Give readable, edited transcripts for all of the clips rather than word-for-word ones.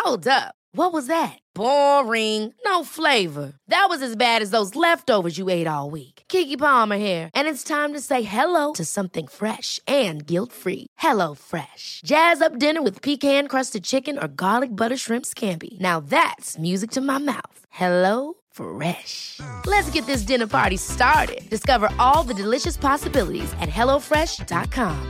Hold up. What was that? Boring. No flavor. That was as bad as those leftovers you ate all week. Keke Palmer here, and it's time to say hello to something fresh and guilt-free. Hello Fresh. Jazz up dinner with pecan-crusted chicken or garlic butter shrimp scampi. Now that's music to my mouth. Hello Fresh. Let's get this dinner party started. Discover all the delicious possibilities at hellofresh.com.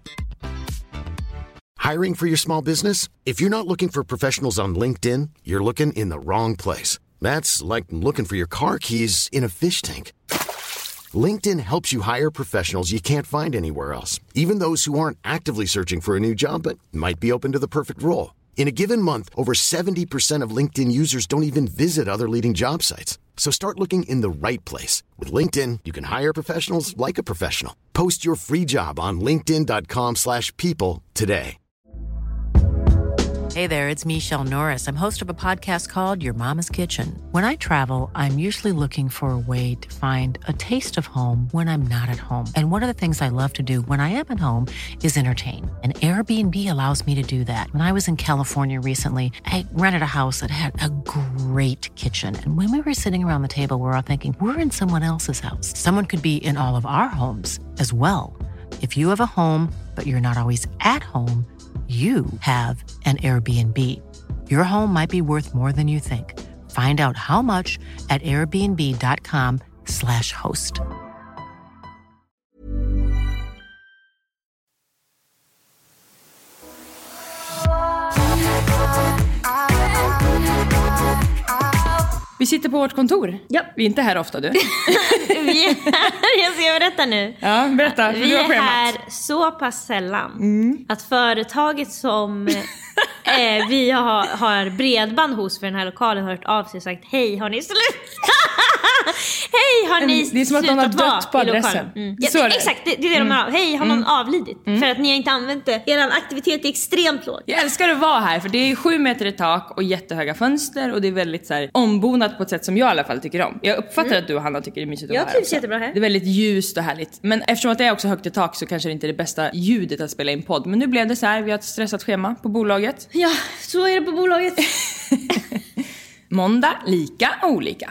Hiring for your small business? If you're not looking for professionals on LinkedIn, you're looking in the wrong place. That's like looking for your car keys in a fish tank. LinkedIn helps you hire professionals you can't find anywhere else, even those who aren't actively searching for a new job but might be open to the perfect role. In a given month, over 70% of LinkedIn users don't even visit other leading job sites. So start looking in the right place. With LinkedIn, you can hire professionals like a professional. Post your free job on linkedin.com/people today. Hey there, it's Michelle Norris. I'm host of a podcast called Your Mama's Kitchen. When I travel, I'm usually looking for a way to find a taste of home when I'm not at home. And one of the things I love to do when I am at home is entertain. And Airbnb allows me to do that. When I was in California recently, I rented a house that had a great kitchen. And when we were sitting around the table, we were all thinking, we're in someone else's house. Someone could be in all of our homes as well. If you have a home, but you're not always at home, you have an Airbnb. Your home might be worth more than you think. Find out how much at airbnb.com/host. Vi sitter på vårt kontor. Ja. Vi är inte här ofta, du. Jag ska berätta nu. Ja, berätta. Vi är här så pass sällan att företaget som vi har bredband hos för den här lokalen har hört av sig och sagt: hej, har ni slutat? Hej, har ni det är som att någon har dött på adressen. Exakt, det är det de har. Hej, har någon avlidit? För att ni har inte använt det. Er aktivitet är extremt låg. Jag älskar att vara här, för det är 7 meter i tak och jättehöga fönster. Och det är väldigt så här, ombonat på ett sätt som jag i alla fall tycker om. Jag uppfattar att du och Hanna tycker det är mysigt att vara här. Jag trivs jättebra här. Det är väldigt ljust och härligt. Men eftersom att det är också högt i tak så kanske det inte är det bästa ljudet att spela in podd. Men nu blev det så här, vi har ett stressat schema på bolaget. Ja, så är det på bolaget. Måndag, lika olika.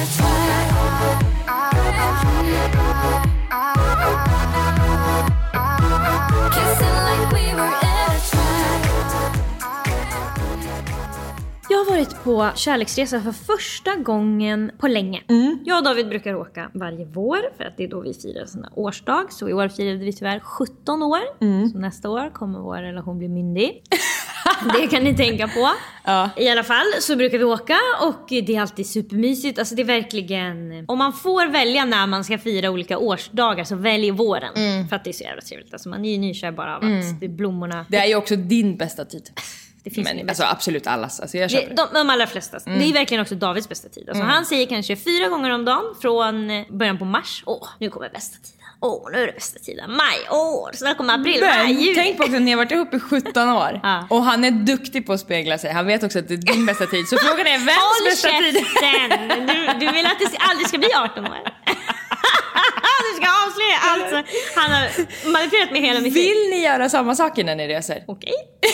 Jag har varit på kärleksresa för första gången på länge. Jag och David brukar åka varje vår för att det är då vi firar såna årsdag. Så i år firade vi tyvärr 17 år. Så nästa år kommer vår relation bli myndig. Det kan ni tänka på. Ja. I alla fall så brukar vi åka och det är alltid supermysigt. Alltså det är verkligen... Om man får välja när man ska fira olika årsdagar så välj våren. För att det är så jävla trevligt. Alltså man är ju nykär bara av att det är blommorna. Det är ju också din bästa tid. Det finns men alltså absolut allas. Alltså jag köper de allra flesta. Det är verkligen också Davids bästa tid. Alltså han säger kanske 4 gånger om dagen från början på mars. Nu kommer bästa tiden. Nu är det bästa tiden. Maj, så kommer april, maj, juli. Tänk på också att ni har varit ihop i 17 år. Och han är duktig på att spegla sig. Han vet också att det är din bästa tid. Så frågan är vems bästa tid? Du vill att det aldrig ska bli 18 år. Du ska avslöja allt. Han har manipulerat med hela mitt liv. Vill ni göra samma saker när ni reser? Okej.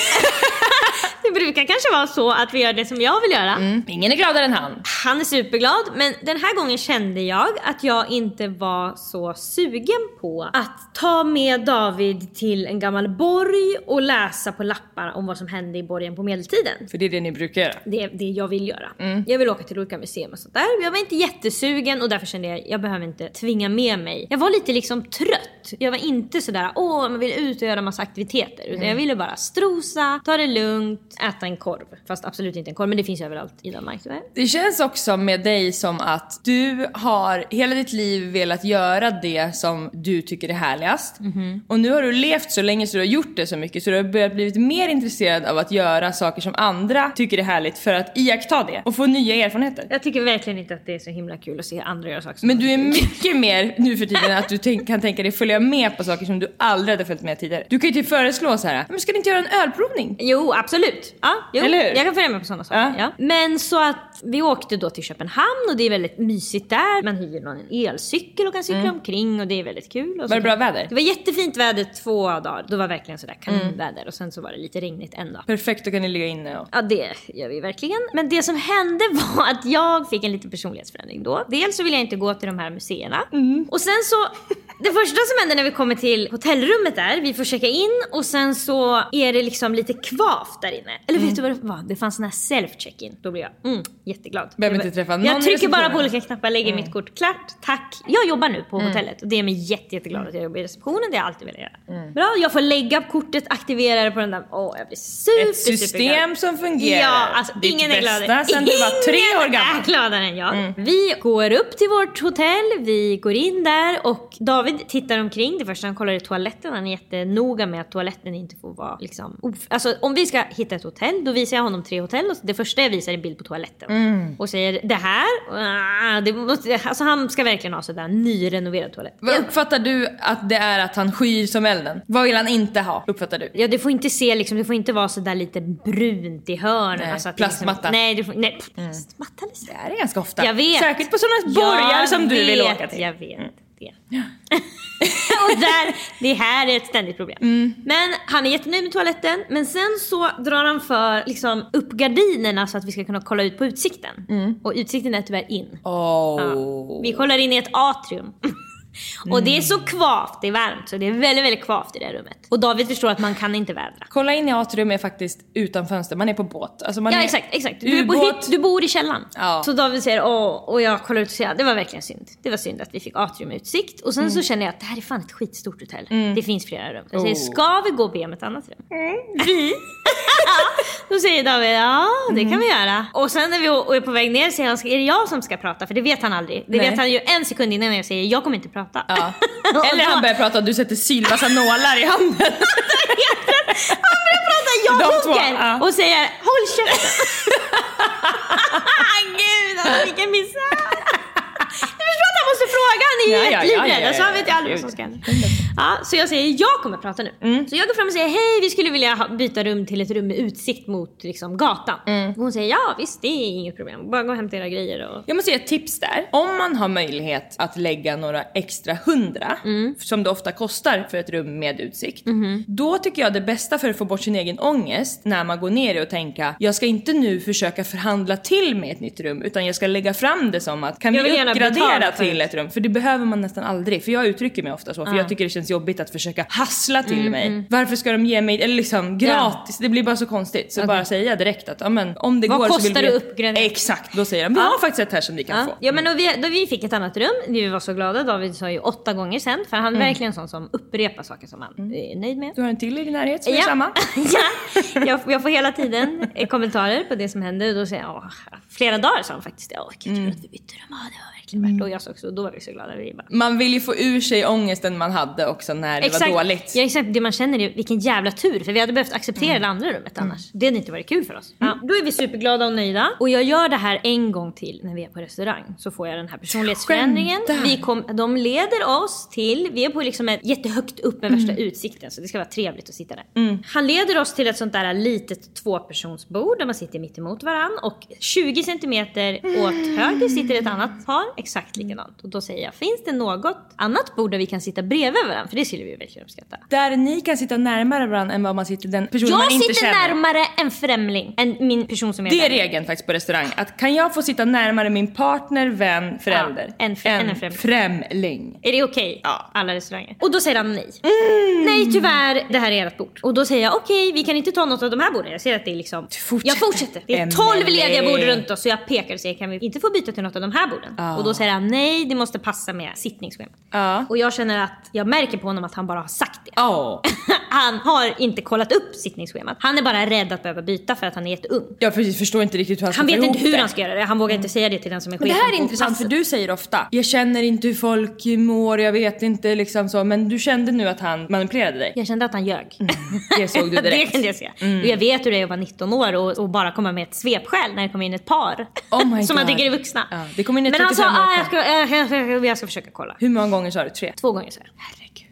Det brukar kanske vara så att vi gör det som jag vill göra. Ingen är gladare än han. Han är superglad. Men den här gången kände jag att jag inte var så sugen på att ta med David till en gammal borg och läsa på lappar om vad som hände i borgen på medeltiden. För det är det ni brukar göra. Det är det jag vill göra. Jag vill åka till olika museum och sånt där. Jag var inte jättesugen och därför kände jag behöver inte tvinga med mig. Jag var lite liksom trött. Jag var inte sådär, man vill ut och göra massa aktiviteter. Utan jag ville bara strosa, ta det lugnt, äta en korv. Fast absolut inte en korv, men det finns ju överallt i Danmark. Det känns också med dig som att du har hela ditt liv velat göra det som du tycker är härligast. Och nu har du levt så länge så du har gjort det så mycket så du har börjat blivit mer intresserad av att göra saker som andra tycker är härligt för att iaktta det och få nya erfarenheter. Jag tycker verkligen inte att det är så himla kul att se andra göra saker. Men du är mycket mer nu för tiden att du kan tänka dig följa med på saker som du aldrig hade följt med tidigare. Du kan ju typ föreslå så här, men ska ni inte göra en ölprovning? Jo, absolut. absolut. Ja, jo, eller hur? jag kan följa med på sådana saker. Ja. Men så att vi åkte då till Köpenhamn och det är väldigt mysigt där. Man hyr någon en elcykel och kan cykla omkring och det är väldigt kul. Och var det bra väder? Det var jättefint väder 2 dagar. Det var verkligen sådär kanonväder och sen så var det lite regnigt en dag. Perfekt, då kan ni ligga inne och... Ja, det gör vi verkligen. Men det som hände var att jag fick en liten personlighetsförändring då. Dels så ville jag inte gå till de här museerna. Och sen så, det första som hände när vi kommer till hotellrummet där, vi får checka in och sen så är det liksom lite kvavt där inne. Eller vet du vad det var? Det fanns sån här self-check-in. Då blev jag jätteglad. Behöver inte träffa någon. Jag trycker bara på olika knappar, lägger mitt kort. Klart, tack. Jag jobbar nu på hotellet och det är mig jätteglad att jag jobbar i receptionen. Det har jag alltid velat göra. Bra, jag får lägga kortet, aktivera det på den där. Jag blir ett system som fungerar. Ja, alltså ingen är gladare. Sen du var 3 år gammal. Är gladare än jag. Vi går upp till vårt hotell, vi går in där och David tittar omkring. Det första han kollar är toaletten. Han är jättenoga med att toaletten inte får vara liksom... Alltså om vi ska hitta ett hotell, då visar jag honom 3 hotell och det första jag visar är bild på toaletten. Och säger det här, det måste, alltså han ska verkligen ha sådär nyrenoverad toalett. Vad uppfattar du att det är att han skyr som elden? Vad vill han inte ha, uppfattar du? Ja, det får inte se liksom, det får inte vara sådär lite brunt i hörnen. Nej, alltså att plastmatta. Liksom, nej, plastmatta liksom. Det är ganska ofta. Jag vet. Säkert på sådana borgar som du vill åka till. Jag vet det. Och det här är ett ständigt problem. Men han är jättenöjd med toaletten. Men sen så drar han för liksom, upp gardinerna så att vi ska kunna kolla ut på utsikten. Och utsikten är tyvärr in. Vi kollar in i ett atrium. Och det är så kvavt, det är varmt. Så det är väldigt, väldigt kvavt i det här rummet. Och David förstår att man kan inte vädra. Kolla in i atrium är faktiskt utan fönster. Man är på båt, alltså man är exakt. Du bor i källaren. Så David säger, och jag kollar ut och säger, det var verkligen synd. Det var synd att vi fick atriumutsikt. Och sen så känner jag att det här är fan ett skitstort hotell. Det finns flera rum. Jag säger, ska vi gå och be om ett annat rum? Vi? Då säger David, ja det kan vi göra. Och sen när vi är på väg ner säger han, är det jag som ska prata? För det vet han aldrig. Det vet han ju en sekund innan jag säger, jag kommer inte prata. Eller han börjar prata och du sätter sylvassa nålar i handen. Han börjar prata, jag hugger och säger, håll käften. Gud, alltså, vilken misär. Jag förstår att han måste fråga, han är ju helt livrädd. Så han vet ju aldrig vad som ska hända. Så jag säger, jag kommer prata nu. Så jag går fram och säger, hej, vi skulle vilja byta rum till ett rum med utsikt mot liksom, gatan. Och hon säger, ja visst, det är inget problem. Bara gå och hämta era grejer. Och... Jag måste säga ett tips där. Om man har möjlighet att lägga några extra 100 som det ofta kostar för ett rum med utsikt. Då tycker jag det bästa för att få bort sin egen ångest när man går ner och tänka, jag ska inte nu försöka förhandla till med ett nytt rum, utan jag ska lägga fram det som att, kan vi uppgradera till ett rum? För det behöver man nästan aldrig. För jag uttrycker mig ofta så. För jag tycker det känns jobbigt att försöka hassla till mig. Varför ska de ge mig, eller liksom gratis? Det blir bara så konstigt. Så bara säga direkt att men, om det vad går så vill vi... Vad kostar det uppgradera? Exakt, då säger de, vi har faktiskt ett här som ni kan få. Ja, men då vi fick ett annat rum. Vi var så glada. David sa ju 8 gånger sen. För han är verkligen sån som upprepar saker som han är nöjd med. Du har en till i din närhet som är samma. Jag får hela tiden kommentarer på det som händer. Och då säger jag, flera dagar sa han faktiskt, jag tror att vi bytte rum. Det var verkligen värt. Och jag sa också, då var vi så glada. Man vill ju få ur sig ångesten man hade också när det var dåligt. Ja, exakt. Det man känner är vilken jävla tur. För vi hade behövt acceptera det andra rummet annars. Det hade inte varit kul för oss. Då är vi superglada och nöjda. Och jag gör det här en gång till när vi är på restaurang. Så får jag den här personlighetsförändringen. De leder oss till, vi är på liksom ett jättehögt upp med värsta utsikten. Så det ska vara trevligt att sitta där. Han leder oss till ett sånt där litet 2-personsbord där man sitter mitt emot varann. Och 20 centimeter åt höger sitter ett annat par. Exakt likadant. Och då säger jag, finns det något annat bord där vi kan sitta bredvid varandra? För det skulle vi verkligen uppskatta. Där ni kan sitta närmare varandra än vad man sitter den personen man inte känner. Jag sitter närmare en främling än min person som är det är regeln faktiskt på restaurang. Att kan jag få sitta närmare min partner, vän, förälder en främling. Är det okej? Ja. Alla restauranger. Och då säger han nej. Nej, tyvärr, det här är ert bord. Och då säger jag, okej, vi kan inte ta något av de här borden. Jag ser att det är liksom... Jag fortsätter. Det är 12 lediga bord runt oss. Så jag pekar och säger, kan vi inte få byta till något av de här borden? Och då säger han, nej, det måste passa med sittningsschemat. Och jag känner att jag märker på honom att han bara har sagt det. Han har inte kollat upp sittningsschemat. Han är bara rädd att behöva byta för att han är jätteung. Jag förstår inte riktigt hur han ska få ihop det. Han vet inte hur han ska göra det. Han vågar inte säga det till den som är chef. Men det här är intressant för du säger ofta, jag känner inte hur folk mår, jag vet inte liksom så. Men du kände nu att han manipulerade dig. Jag kände att han ljög. Det såg du direkt. Det kan jag säga. Och jag vet hur det är att vara 19 år och bara komma med ett svepskäl när det kommer in ett par. Som man tycker är vuxna. Det kommer in ett men han sa, jag ska försöka kolla. Hur många gånger sa du? 3? 2 gånger så. Herregud, Emily.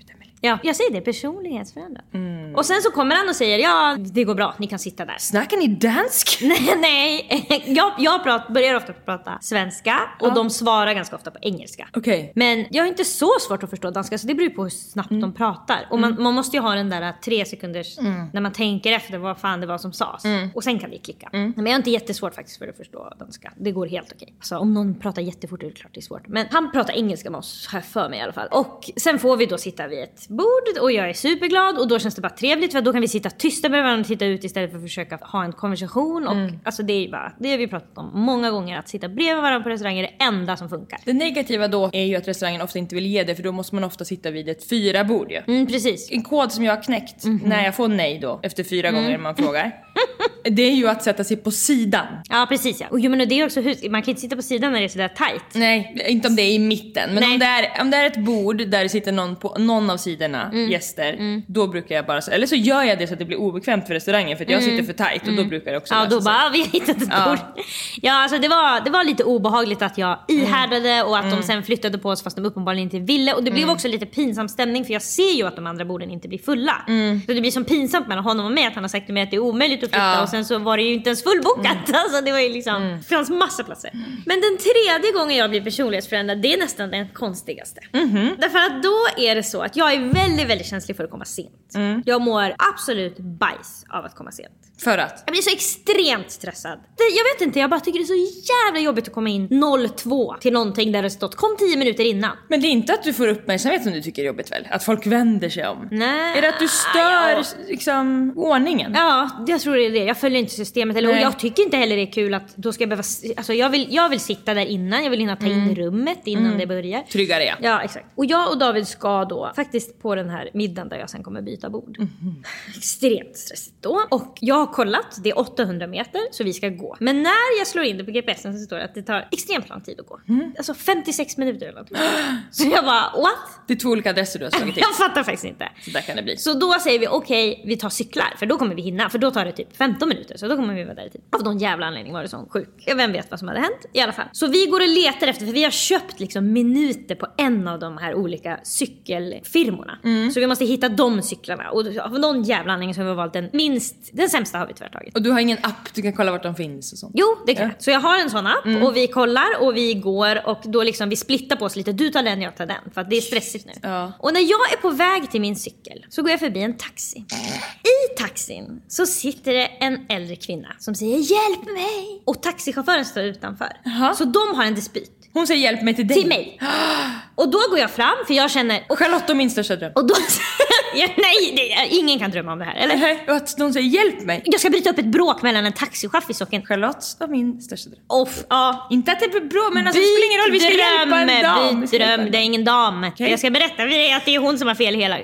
Ja, jag säger det, personlighetsförändrad. Och sen så kommer han och säger, ja, det går bra, ni kan sitta där. Snackar ni dansk? Nej, jag börjar ofta prata svenska och de svarar ganska ofta på engelska. Okej. Men jag har inte så svårt att förstå danska, så det beror på hur snabbt de pratar. Och man måste ju ha den där 3 sekunders när man tänker efter vad fan det var som sades. Och sen kan vi klicka. Men jag har inte jättesvårt faktiskt för att förstå danska. Det går helt okej. Alltså om någon pratar jättefort är det klart det är svårt. Men han pratar engelska med oss här för mig i alla fall. Och sen får vi då sitta vid ett bord och jag är superglad. Och då känns det bara trevligt, för då kan vi sitta tysta med varandra och titta ut istället för att försöka ha en konversation. Och alltså det är bara, det har vi pratat om många gånger, att sitta bredvid varandra på restauranger är det enda som funkar. Det negativa då är ju att restaurangen ofta inte vill ge det, för då måste man ofta sitta vid ett 4-bord ju. Precis. En kod som jag har knäckt när jag får nej då efter 4 gånger man frågar. Det är ju att sätta sig på sidan. Ja, precis ja. Och jo, men det är också man kan inte sitta på sidan när det är sådär tight. Nej, inte om det är i mitten. Men om det är ett bord där det sitter någon på någon av sidorna, gäster, då brukar jag bara, eller så gör jag det så att det blir obekvämt för restaurangen, för att jag sitter för tight, och då brukar det också då bara, vi har hittat ett bord. Ja, alltså det var lite obehagligt att jag ihärdade och att de sen flyttade på oss fast de uppenbarligen inte ville. Och det blev också lite pinsam stämning, för jag ser ju att de andra borden inte blir fulla. Så det blir som pinsamt mellan honom och mig, att han har sagt till mig att det är omöjligt att flytta, och sen så var det ju inte ens fullbokat. Alltså det var ju liksom, det fanns massa platser. Men den tredje gången jag blir personlighetsförändrad, det är nästan den konstigaste. Därför att då är det så att jag är väldigt, väldigt känslig för att komma sent. Jag mår absolut bajs av att komma sent. För att? Jag blir så extremt stressad. Jag vet inte, jag bara tycker det är så jävla jobbigt att komma in 02 till någonting där det stått kom 10 minuter innan. Men det är inte att du får uppmärksamhet som du tycker är jobbigt väl? Att folk vänder sig om? Nej. Är det att du stör liksom ordningen? Ja, jag tror det är det. Jag följer inte systemet. Och jag tycker inte heller det är kul att då ska jag behöva... Alltså jag vill sitta där innan. Jag vill hinna ta in rummet innan det börjar. Tryggare, ja. Ja, exakt. Och jag och David ska då faktiskt på den här middagen där jag sen kommer byta bord. Extremt stressigt då. Och jag har kollat, det är 800 meter så vi ska gå. Men när jag slår in det på GPSen så står det att det tar extremt lång tid att gå. Alltså 56 minuter eller något. Så jag bara, what? Det är 2 olika adresser du har slagit in. Jag fattar faktiskt inte. Så där kan det bli. Så då säger vi, okej, vi tar cyklar. För då kommer vi hinna. För då tar det typ 15 minuter. Så då kommer vi vara där i tid. Av någon jävla anledning var det sån sjuk. Vem vet vad som hade hänt? I alla fall. Så vi går och letar efter, för vi har köpt liksom minuter på en av de här olika cykelfirmorna. Så vi måste hitta de cyklarna. Och av någon jävla anledning så har vi valt den sämsta har vi tyvärr tagit. Och du har ingen app, du kan kolla vart de finns och sånt? Jo, det kan jag. Så jag har en sån app och vi kollar och vi går och då liksom vi splittar på oss lite. Du tar den, jag tar den. För att det är stressigt nu. Ja. Och när jag är på väg till min cykel så går jag förbi en taxi. I taxin så sitter det en äldre kvinna som säger hjälp mig. Och taxichauffören står utanför. Så de har en dispyt. Hon säger hjälp mig till dig. Till mig. Och då går jag fram för jag känner... Och Charlotte och min största dröm. Och då... Nej, ingen kan drömma om det här, eller? Och att de säger hjälp mig. Jag ska bryta upp ett bråk mellan en taxichaffis och en... Charlotte och min största dröm. Ja. Inte att det är bra, men alltså, det spelar ingen roll. Vi ska hjälpa en dam. Byt dröm, det är ingen dam. Okay. Jag ska berätta för dig att det är hon som har fel hela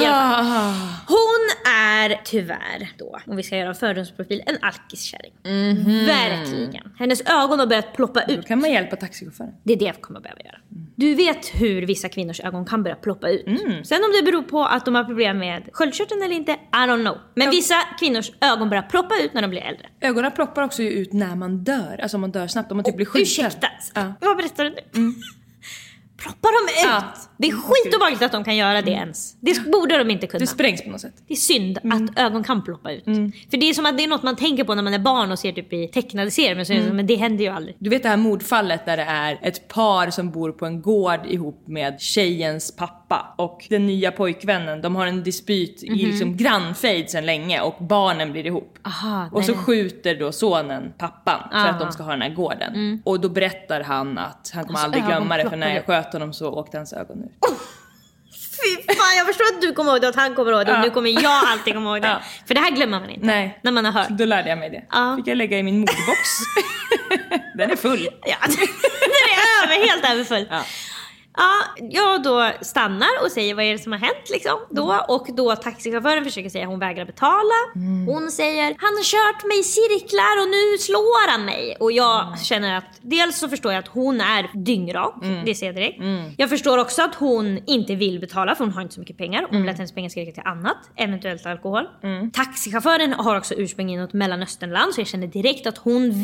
Hon är tyvärr då, om vi ska göra en fördomsprofil, en alkiskärring. Verkligen. Hennes ögon har börjat ploppa ut. Då kan man hjälpa taxichauffören. Det är det jag kommer behöva göra. Du vet hur vissa kvinnors ögon kan börja ploppa ut. Sen om det beror på att de har problem med sköldkörteln eller inte, I don't know. Men vissa kvinnors ögon börjar ploppa ut när de blir äldre. Ögonen ploppar också ut när man dör. Alltså om man dör snabbt, om man typ blir skjuten. Ursäkta, vad berättar du nu? Ploppar de ut? Ja. Det är skitobehagligt att de kan göra det ens. Det borde de inte kunna. Det sprängs på något sätt. Det är synd att ögon kan ploppa ut. För det är som att det är något man tänker på när man är barn och ser typ i tecknade serier. Men det händer ju aldrig. Du vet det här mordfallet där det är ett par som bor på en gård ihop med tjejens pappa. Och den nya pojkvännen, de har en dispyt i liksom grannfejd sedan länge. Och barnen blir ihop. Och så skjuter då sonen pappan för att de ska ha den här gården. Och då berättar han att han kommer aldrig glömma det, för när jag sköt honom så åkte hans ögon ut. Fy fan, jag förstår att du kommer ihåg det och att han kommer ihåg det. Och nu kommer jag alltid komma ihåg det. För det här glömmer man inte. Nej. När man har hört. Då lärde jag mig det. Fick jag lägga i min modbox. Den är full. Ja, den är helt överfull. Ja, jag då stannar och säger vad är det som har hänt liksom då. Och då taxichauffören försöker säga att hon vägrar betala. Hon säger han har kört mig i cirklar och nu slår han mig. Och jag känner att dels så förstår jag att hon är dyngrak. Det ser jag direkt. Jag förstår också att hon inte vill betala för hon har inte så mycket pengar. Hon vill att hennes pengar ska räcka till annat, eventuellt alkohol. Taxichauffören har också ursprung i något Mellanösternland, så jag känner direkt att hon vet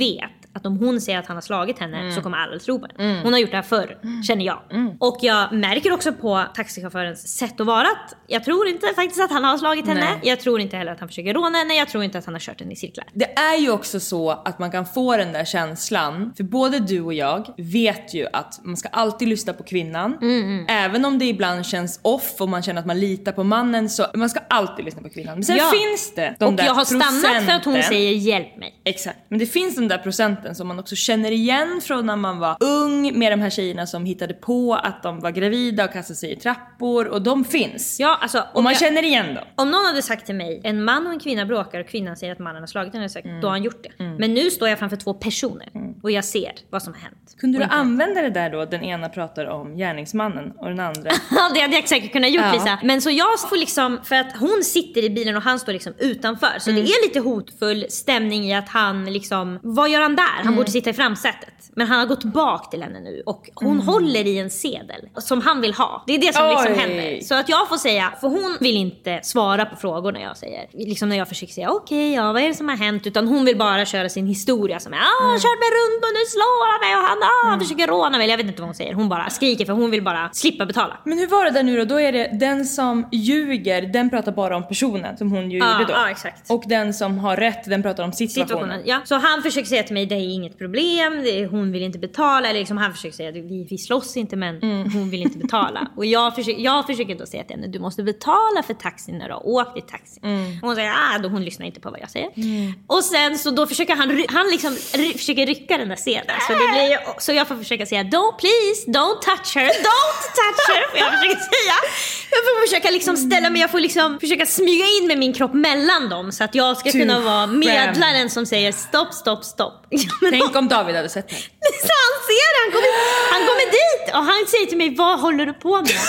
att om hon säger att han har slagit henne så kommer alla tro på henne. Hon har gjort det här förr, känner jag. Och jag märker också på taxichaufförens sätt att vara att jag tror inte faktiskt att han har slagit henne. Nej. Jag tror inte heller att han försöker råna henne. Jag tror inte att han har kört henne i cirklar. Det är ju också så att man kan få den där känslan. För både du och jag vet ju att man ska alltid lyssna på kvinnan. Även om det ibland känns off och man känner att man litar på mannen, så man ska alltid lyssna på kvinnan. Men sen finns det de och där jag har procenten. stannat för att hon säger hjälp mig. Exakt. Men det finns de där procenten som man också känner igen från när man var ung, med de här tjejerna som hittade på att de var gravida och kastade sig i trappor, och de finns. Ja, alltså, och man känner igen dem. Om någon hade sagt till mig, en man och en kvinna bråkar och kvinnan säger att mannen har slagit henne, sagt, då har han gjort det. Men nu står jag framför 2 personer och jag ser vad som har hänt. Kunde du använda det där då? Den ena pratar om gärningsmannen och den andra. Ja, det hade jag säkert kunnat gjort, Lisa. Men så jag får liksom, för att hon sitter i bilen och han står liksom utanför. Så det är lite hotfull stämning i att han liksom, vad gör han där? Han borde sitta i framsätet. Men han har gått bak till henne nu och hon håller i en sedel som han vill ha. Det är det som liksom händer. Så att jag får säga, för hon vill inte svara på frågor när jag säger, liksom när jag försöker säga okej, vad är det som har hänt? Utan hon vill bara köra sin historia som är, han kört mig runt och nu slår han mig och han försöker råna mig. Jag vet inte vad hon säger. Hon bara skriker för hon vill bara slippa betala. Men hur var det där nu då? Då är det den som ljuger, den pratar bara om personen som hon gjorde då. Ja, exakt. Och den som har rätt, den pratar om situationen. Ja, så han försöker säga till mig, det är inget problem, hon vill inte betala, eller liksom han försöker säga att vi slåss inte, men hon vill inte betala. Och jag försöker då säga till henne, du måste betala för taxin när du har åkt i taxin. Och hon säger, då hon lyssnar inte på vad jag säger. Och sen så då försöker han liksom försöker rycka den där sedeln. Så jag får försöka säga, don't touch her. För jag försöker säga, jag får försöka liksom ställa mig, jag får liksom försöka smyga in med min kropp mellan dem så att jag ska kunna vara medlaren som säger stopp. Tänk om David hade sett mig. Så han ser det, han kommer dit och han säger till mig, vad håller du på med?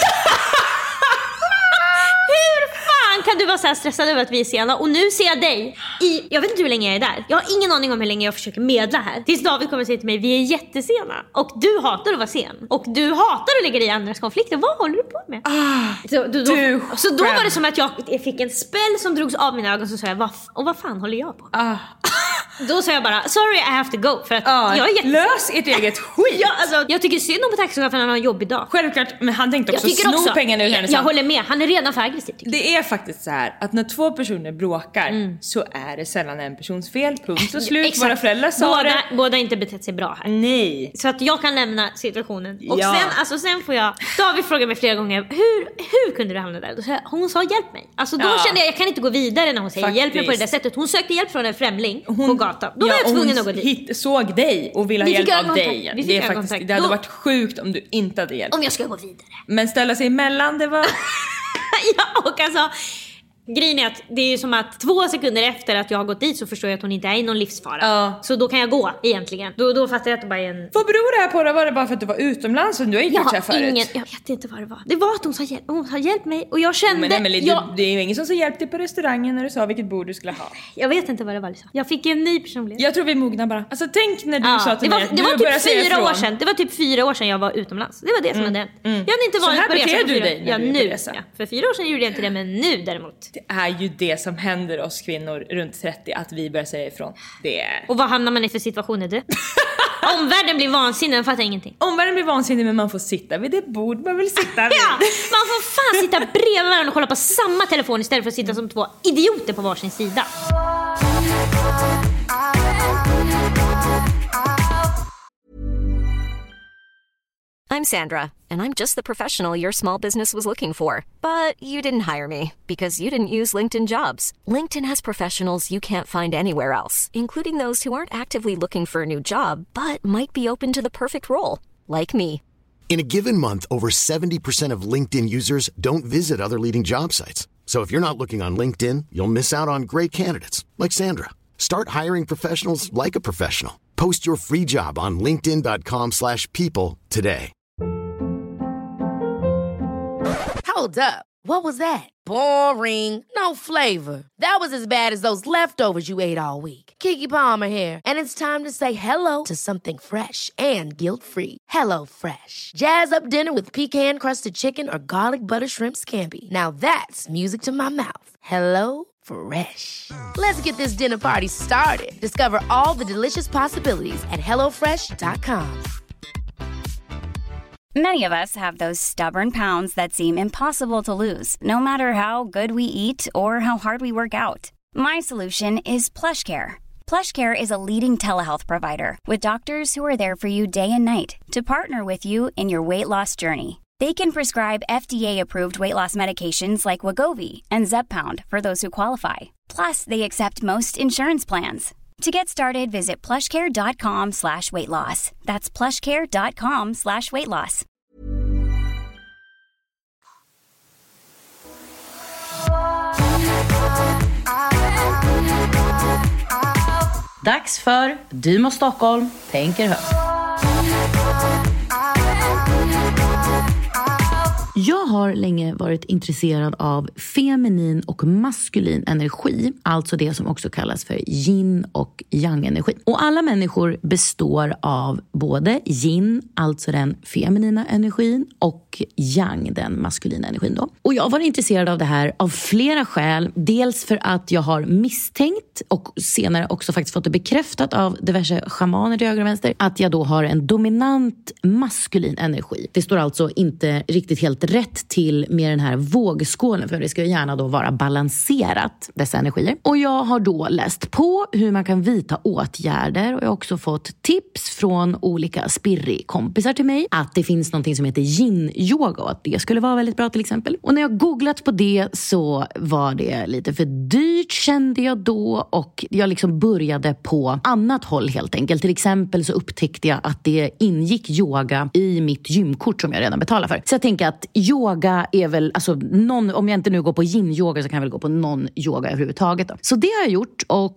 Hur fan kan du vara så här stressad över att vi är sena? Och nu ser jag dig jag vet inte hur länge jag är där. Jag har ingen aning om hur länge jag försöker medla här. Tills David kommer säga till mig, vi är jättesena. Och du hatar att vara sen. Och du hatar att lägga dig i andras konflikter. Vad håller du på med? Så då var det som att jag fick en spell som drogs av mina ögon. Så sa jag, vad fan håller jag på? Då sa jag bara, sorry, I have to go. För att jag är lös ert eget skit. Jag tycker synd om på taxichauffören, han har en jobbig dag. Självklart, men han tänkte också sno pengarna ur hennes. Jag håller med, han är redan för aggressiv. Det är faktiskt så här att när 2 personer bråkar så är det sällan en persons fel. Punkt och slut. Våra föräldrar sa det. Båda inte betett sig bra här. Nej. Så att jag kan lämna situationen. Och sen får jag, David frågar mig flera gånger, hur kunde du hamna där? Då hon sa hjälp mig. Alltså då kände jag kan inte gå vidare när hon säger hjälp mig på det där sättet. Hon sökte hjälp från en främling på gatan. Då var jag tvungen att gå dit. Såg dig och ville ha hjälp av dig. Det hade varit sjukt om du inte hade hjälpt. Om jag ska gå vidare. Men ställa sig emellan, det var... Ja, och alltså... Grejen är att det är ju som att 2 sekunder efter att jag har gått dit så förstår jag att hon inte är i någon livsfara. Så då kan jag gå egentligen. Då fattar jag att det bara är en... Vad beror det här på då? Var det bara för att du var utomlands och du har inte gjort så här förut? Jag vet inte vad det var. Det var att hon sa hjälp mig och jag kände... Men det är ju ingen som sa hjälp dig på restaurangen när du sa vilket bord du skulle ha. Jag vet inte vad det var, Lisa. Jag fick en ny personlighet. Jag tror vi mognar bara. Alltså tänk när du sa till mig att det var typ 4 år sedan. Det var typ 4 år sedan jag var utomlands. Det var det som hade hänt. Jag hade inte varit på resa. Så här beter du dig när du är på resa? Ja, för 4 år sedan gjorde jag inte det, men nu däremot. Det är ju det som händer oss kvinnor runt 30, att vi börjar säga ifrån. Och vad hamnar man i för situationer du? Omvärlden blir vansinnig, man fattar ingenting. Omvärlden blir vansinnig, men man får sitta vid det bord man vill sitta vid. Ja, man får fan sitta bredvid varandra och kolla på samma telefon istället för att sitta som 2 idioter på varsin sida. I'm Sandra, and I'm just the professional your small business was looking for. But you didn't hire me because you didn't use LinkedIn Jobs. LinkedIn has professionals you can't find anywhere else, including those who aren't actively looking for a new job, but might be open to the perfect role, like me. In a given month, over 70% of LinkedIn users don't visit other leading job sites. So if you're not looking on LinkedIn, you'll miss out on great candidates like Sandra. Start hiring professionals like a professional. Post your free job on linkedin.com/people today. Hold up. What was that? Boring. No flavor. That was as bad as those leftovers you ate all week. Keke Palmer here, and it's time to say hello to something fresh and guilt-free. Hello Fresh. Jazz up dinner with pecan-crusted chicken or garlic butter shrimp scampi. Now that's music to my mouth. Hello Fresh. Let's get this dinner party started. Discover all the delicious possibilities at hellofresh.com. Many of us have those stubborn pounds that seem impossible to lose, no matter how good we eat or how hard we work out. My solution is PlushCare. PlushCare is a leading telehealth provider with doctors who are there for you day and night to partner with you in your weight loss journey. They can prescribe FDA-approved weight loss medications like Wegovy and Zepbound for those who qualify. Plus, they accept most insurance plans. To get started, visit plushcare.com/weightloss. That's plushcare.com/weightloss. Dags för Dymo Stockholm tänker högt. Jag har länge varit intresserad av feminin och maskulin energi, alltså det som också kallas för yin och yang energi. Och alla människor består av både yin, alltså den feminina energin, och yang, den maskulina energin då. Och jag var intresserad av det här av flera skäl. Dels för att jag har misstänkt och senare också faktiskt fått det bekräftat av diverse schamaner till höger och vänster att jag då har en dominant maskulin energi. Det står alltså inte riktigt helt rätt till med den här vågskålen, för det ska ju gärna då vara balanserat, dessa energier. Och jag har då läst på hur man kan vidta åtgärder, och jag har också fått tips från olika spirri-kompisar till mig att det finns någonting som heter yin-yoga och att det skulle vara väldigt bra till exempel. Och när jag googlat på det så var det lite för dyrt, kände jag då, och jag liksom började på annat håll helt enkelt. Till exempel så upptäckte jag att det ingick yoga i mitt gymkort som jag redan betalar för. Så jag tänker att yoga är väl, alltså om jag inte nu går på yin-yoga så kan jag väl gå på någon yoga överhuvudtaget då. Så det har jag gjort och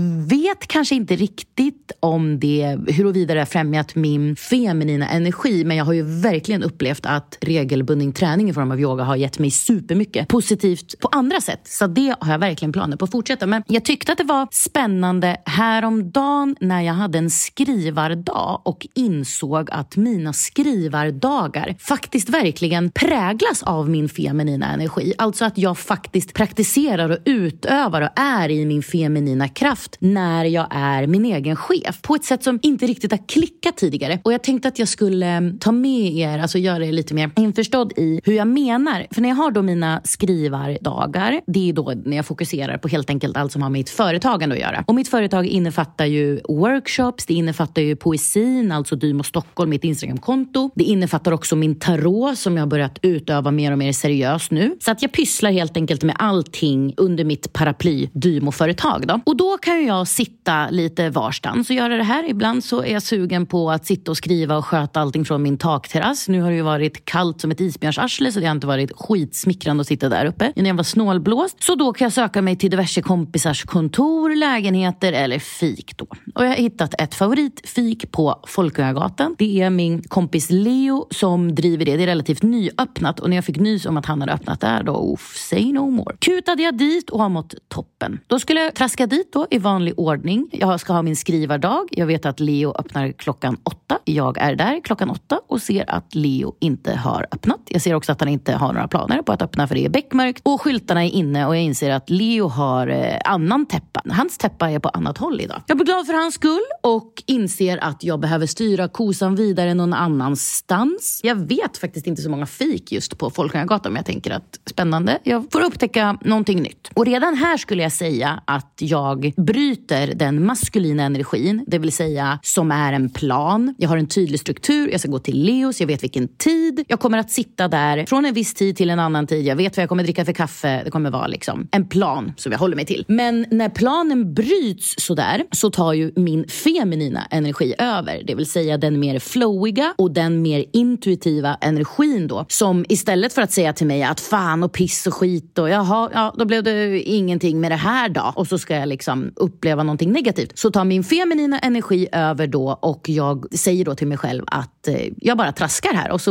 vet kanske inte riktigt om det, huruvida det har främjat min feminina energi, men jag har ju verkligen upplevt att regelbunden träning i form av yoga har gett mig supermycket positivt på andra sätt. Så det har jag verkligen planer på att fortsätta. Men jag tyckte att det var spännande häromdagen när jag hade en skrivardag och insåg att mina skrivardagar faktiskt verkligen präglas av min feminina energi. Alltså att jag faktiskt praktiserar och utövar och är i min feminina kraft när jag är min egen chef. På ett sätt som inte riktigt har klickat tidigare. Och jag tänkte att jag skulle ta med er, alltså göra er lite mer införstådd i hur jag menar. För när jag har då mina skrivardagar, det är då när jag fokuserar på helt enkelt allt som har med mitt företagande att göra. Och mitt företag innefattar ju workshops, det innefattar ju poesin, alltså Dymo Stockholm, mitt Instagramkonto. Det innefattar också min tarot som jag har börjat utöva mer och mer seriöst nu. Så att jag pysslar helt enkelt med allting under mitt paraply Dymo-företag då. Och då kan jag sitta lite varstans och göra det här. Ibland så är jag sugen på att sitta och skriva och sköta allting från min takterrass. Nu har det ju varit kallt som ett isbjörnsarsle så det har inte varit skitsmickrande att sitta där uppe. En jävla snålblåst. Så då kan jag söka mig till diverse kompisars kontor, lägenheter eller fik då. Och jag har hittat ett favoritfik på Folkungagatan. Det är min kompis Leo som driver det. Det är relativt nyöppnat och när jag fick nys om att han hade öppnat där då, say no more. Kutade jag dit och har mått toppen. Då skulle jag traska dit då i vanlig ordning. Jag ska ha min skrivardag. Jag vet att Leo öppnar klockan 8. Jag är där klockan 8 och ser att Leo inte har öppnat. Jag ser också att han inte har några planer på att öppna för det är bäckmörkt. Och skyltarna är inne och jag inser att Leo har annan täppa. Hans täppa är på annat håll idag. Jag blir glad för hans skull och inser att jag behöver styra kosan vidare någon annanstans. Jag vet faktiskt inte så många fik just på Folkungagatan, men jag tänker att spännande. Jag får upptäcka någonting nytt. Och redan här skulle jag säga att jag bryter den maskulina energin, det vill säga som är en plan. Jag har en tydlig struktur, jag ska gå till Leos, jag vet vilken tid. Jag kommer att sitta där från en viss tid till en annan tid. Jag vet vad jag kommer dricka för kaffe. Det kommer vara liksom en plan som jag håller mig till. Men när planen bryts så där så tar ju min feminina energi över. Det vill säga den mer flowiga och den mer intuitiva energin då. Som istället för att säga till mig att fan och piss och skit och jaha, ja då blev det ingenting med det här då. Och så ska jag liksom uppleva någonting negativt. Så tar min feminina energi över då och jag säger då till mig själv att jag bara traskar här och så får jag se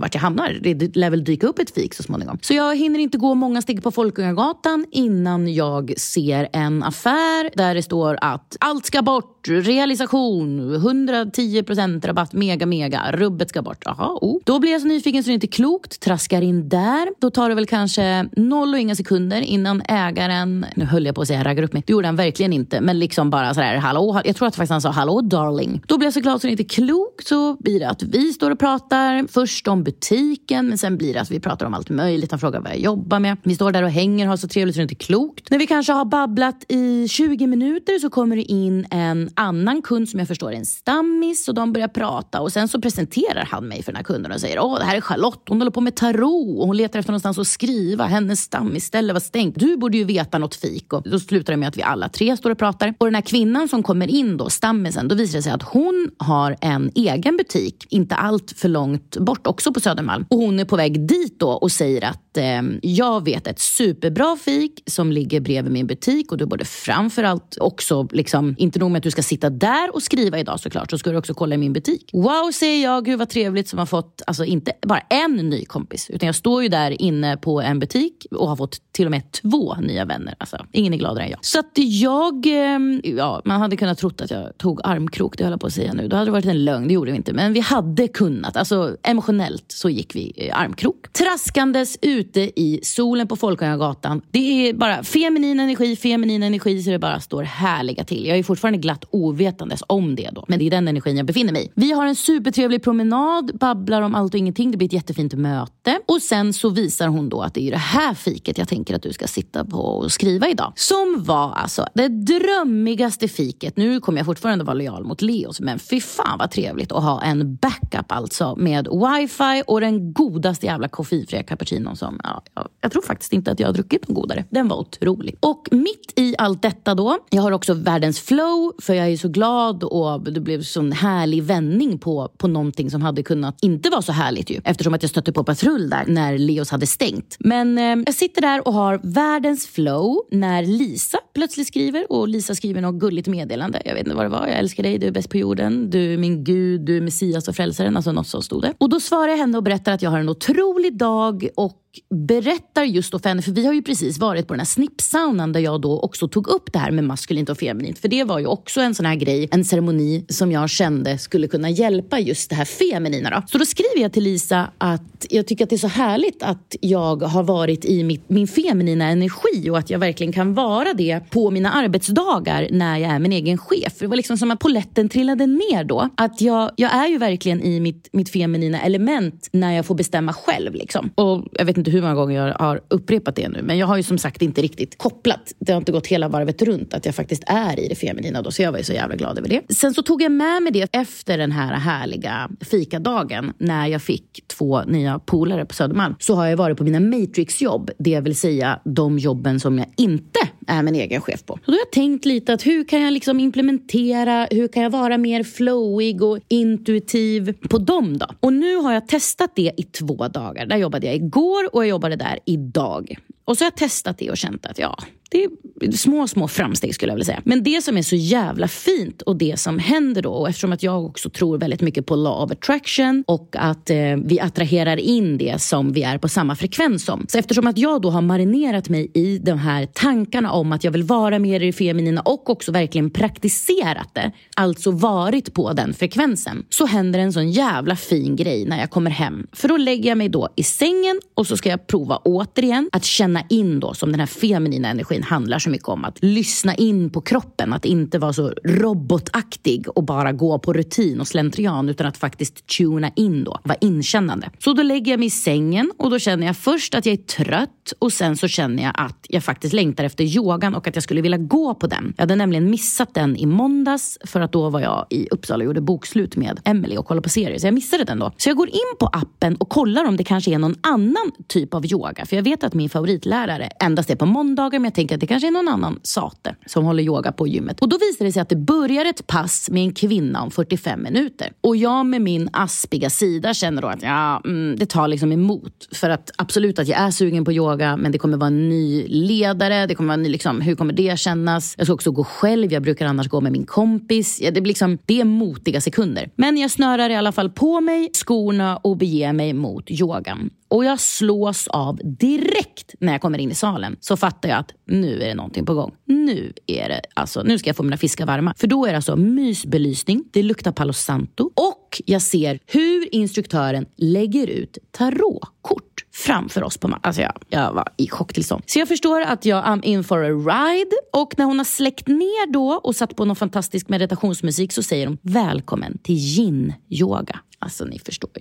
vart jag hamnar. Det lär väl dyka upp ett fik så småningom. Så jag hinner inte gå många steg på Folkungagatan innan jag ser en affär där det står att allt ska bort, realisation, 110% rabatt, mega, rubbet ska bort. Jaha, Då blir jag så nyfiken så det är inte klokt, traskar in där. Då tar det väl kanske 0 och inga sekunder innan ägaren, nu höll jag på att säga raggar upp mig, det gjorde han verkligen inte, men liksom bara sådär, hallå, jag tror att faktiskt han sa hallå darling. Då blir jag så glad så det är inte klokt, så blir det att vi står och pratar först om butiken, men sen blir det att vi pratar om allt möjligt. Han frågar vad jag jobbar med. Vi står där och hänger, har så trevligt så det är inte klokt. När vi kanske har babblat i 20 minuter så kommer det in en annan kund som jag förstår är en stammis, och de börjar prata, och sen så presenterar han mig för den här kunden och säger, det här är Charlotte, hon håller på med tarot och hon letar efter någonstans att skriva, hennes stammisställe var stängt, du borde ju veta något fik. Och då slutar det med att vi alla 3 står och pratar, och den här kvinnan som kommer in då, stammisen, då visar det sig att hon har en egen butik, inte allt för långt bort, också på Södermalm, och hon är på väg dit då och säger att jag vet ett superbra fik som ligger bredvid min butik, och du borde framförallt också liksom, inte nog med att du ska sitta där och skriva idag såklart, så ska du också kolla i min butik. Wow, säger jag, gud vad trevligt som har fått, alltså inte bara en ny kompis, utan jag står ju där inne på en butik och har fått till och med 2 nya vänner. Alltså, ingen är gladare än jag. Så att man hade kunnat trott att jag tog armkrok, det håller på att säga nu. Då hade det varit en lögn, det gjorde vi inte. Men vi hade kunnat, alltså emotionellt så gick vi armkrok. Traskandes ute i solen på Folkungagatan. Det är bara feminin energi så det bara står härliga till. Jag är fortfarande glatt ovetandes om det då. Men det är den energin jag befinner mig i. Vi har en supertrevlig promenad, babblar om allt och ingenting. Det blir ett jättefint möte. Och sen så visar hon då att det är det här fiket jag tänker att du ska sitta på och skriva idag. Som var alltså det drömmigaste fiket. Nu kommer jag fortfarande vara lojal mot Leos, men fy fan vad trevligt att ha en backup alltså med wifi och den godaste jävla koffeinfria cappuccino som jag tror faktiskt inte att jag har druckit någon godare. Den var otrolig. Och mitt i allt detta då, jag har också världens flow, för jag är så glad och det blev sån härlig vändning på någonting som hade kunnat inte vara så härligt ju, eftersom att jag stötte på patrull där när Leos hade stängt. Men jag sitter där och har världens flow när Lisa plötsligt skriver, och Lisa skriver något gulligt meddelande. Jag vet inte vad det var. Jag älskar dig, du är bäst på jorden, du är min gud, du är Messias och frälsaren, alltså något så stod det. Och då svarar jag henne och berättar att jag har en otrolig dag och berättar just då för henne, för vi har ju precis varit på den här snippsaunan där jag då också tog upp det här med maskulint och feminint, för det var ju också en sån här grej, en ceremoni som jag kände skulle kunna hjälpa just det här feminina då. Så då skriver jag till Lisa att jag tycker att det är så härligt att jag har varit i min feminina energi och att jag verkligen kan vara det på mina arbetsdagar när jag är min egen chef. För det var liksom som att poletten trillade ner då, att jag är ju verkligen i mitt feminina element när jag får bestämma själv liksom. Och jag vet inte hur många gånger jag har upprepat det nu, men jag har ju som sagt inte riktigt kopplat, det har inte gått hela varvet runt att jag faktiskt är i det feminina då, så jag var ju så jävla glad över det. Sen så tog jag med mig det efter den här härliga fikadagen när jag fick 2 nya polare på Södermalm, så har jag varit på mina Matrix-jobb, det vill säga de jobben som jag inte är min egen chef på. Så då har jag tänkt lite att hur kan jag liksom implementera, hur kan jag vara mer flowig och intuitiv på dem då? Och nu har jag testat det i 2 dagar. Där jobbade jag igår och jag jobbade där idag. Och så har jag testat det och känt att det är små framsteg skulle jag vilja säga. Men det som är så jävla fint och det som händer då, och eftersom att jag också tror väldigt mycket på law of attraction och att vi attraherar in det som vi är på samma frekvens om. Så eftersom att jag då har marinerat mig i de här tankarna om att jag vill vara mer i det feminina och också verkligen praktiserat det, alltså varit på den frekvensen, så händer en sån jävla fin grej när jag kommer hem. För då lägger jag mig då i sängen och så ska jag prova återigen att känna in då, som den här feminina energin handlar så mycket om, att lyssna in på kroppen, att inte vara så robotaktig och bara gå på rutin och slentrian, utan att faktiskt tuna in då, vara inkännande. Så då lägger jag mig i sängen och då känner jag först att jag är trött och sen så känner jag att jag faktiskt längtar efter yogan och att jag skulle vilja gå på den. Jag hade nämligen missat den i måndags för att då var jag i Uppsala och gjorde bokslut med Emily och kollade på serier, så jag missade den då. Så jag går in på appen och kollar om det kanske är någon annan typ av yoga, för jag vet att min favorit favoritlärare. Endast det på måndagar, men jag tänker att det kanske är någon annan sate som håller yoga på gymmet. Och då visar det sig att det börjar ett pass med en kvinna om 45 minuter. Och jag med min aspiga sida känner då att det tar liksom emot. För att absolut att jag är sugen på yoga, men det kommer vara en ny ledare. Det kommer vara en ny, liksom, hur kommer det kännas? Jag ska också gå själv, jag brukar annars gå med min kompis. Det blir liksom, det är motiga sekunder. Men jag snörar i alla fall på mig skorna och beger mig mot yogan. Och jag slås av direkt när jag kommer in i salen. Så fattar jag att nu är det någonting på gång. Nu ska jag få mina fiskar varma. För då är det alltså mysbelysning, det luktar Palo Santo. Och jag ser hur instruktören lägger ut tarotkort framför oss på Alltså jag var i chocktillstånd. Så jag förstår att I'm in for a ride. Och när hon har släckt ner då och satt på någon fantastisk meditationsmusik så säger de välkommen till yin-yoga. Alltså ni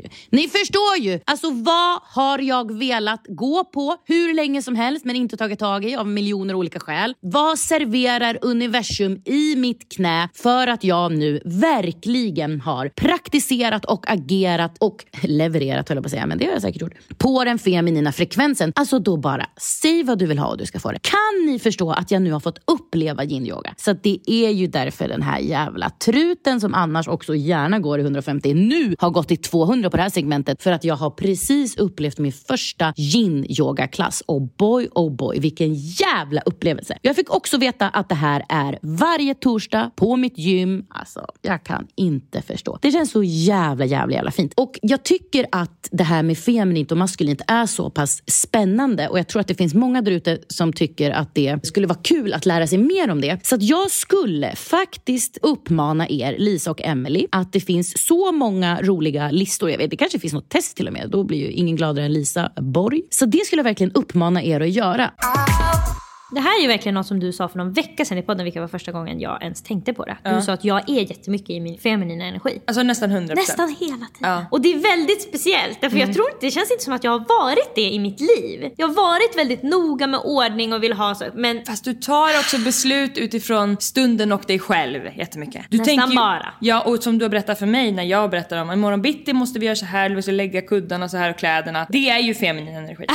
förstår ju. Alltså vad har jag velat gå på hur länge som helst men inte tagit tag i av miljoner olika skäl? Vad serverar universum i mitt knä för att jag nu verkligen har praktiserat och agerat och levererat, höll jag på att säga, men det har jag säkert gjort, på den feminina frekvensen. Alltså då bara, säg vad du vill ha och du ska få det. Kan ni förstå att jag nu har fått uppleva yin-yoga? Så att det är ju därför den här jävla truten som annars också gärna går i 150 nu har gått i 200 på det här segmentet för att jag har precis upplevt min första yin-yoga-klass. Och boy, oh boy, vilken jävla upplevelse. Jag fick också veta att det här är varje torsdag på mitt gym. Alltså, jag kan inte förstå. Det känns så jävla fint. Och jag tycker att det här med feminint och maskulint är så pass spännande. Och jag tror att det finns många där ute som tycker att det skulle vara kul att lära sig mer om det. Så att jag skulle faktiskt uppmana er, Lisa och Emily, att det finns så många roliga listor. Jag vet, det kanske finns något test till och med. Då blir ju ingen gladare än Lisa Borg. Så det skulle jag verkligen uppmana er att göra. Det här är ju verkligen något som du sa för någon vecka sedan i podden, vilket var första gången jag ens tänkte på det. Du sa att jag är jättemycket i min feminina energi. Alltså nästan 100%. Nästan hela tiden. Ja. Och det är väldigt speciellt. Därför jag tror inte, det känns inte som att jag har varit det i mitt liv. Jag har varit väldigt noga med ordning och vill ha så. Men fast du tar också beslut utifrån stunden och dig själv jättemycket. Du nästan tänker ju, bara. Ja, och som du har berättat för mig när jag berättar om imorgon bitti måste vi göra så här, vi måste lägga kuddarna så här och kläderna. Det är ju feminin energi.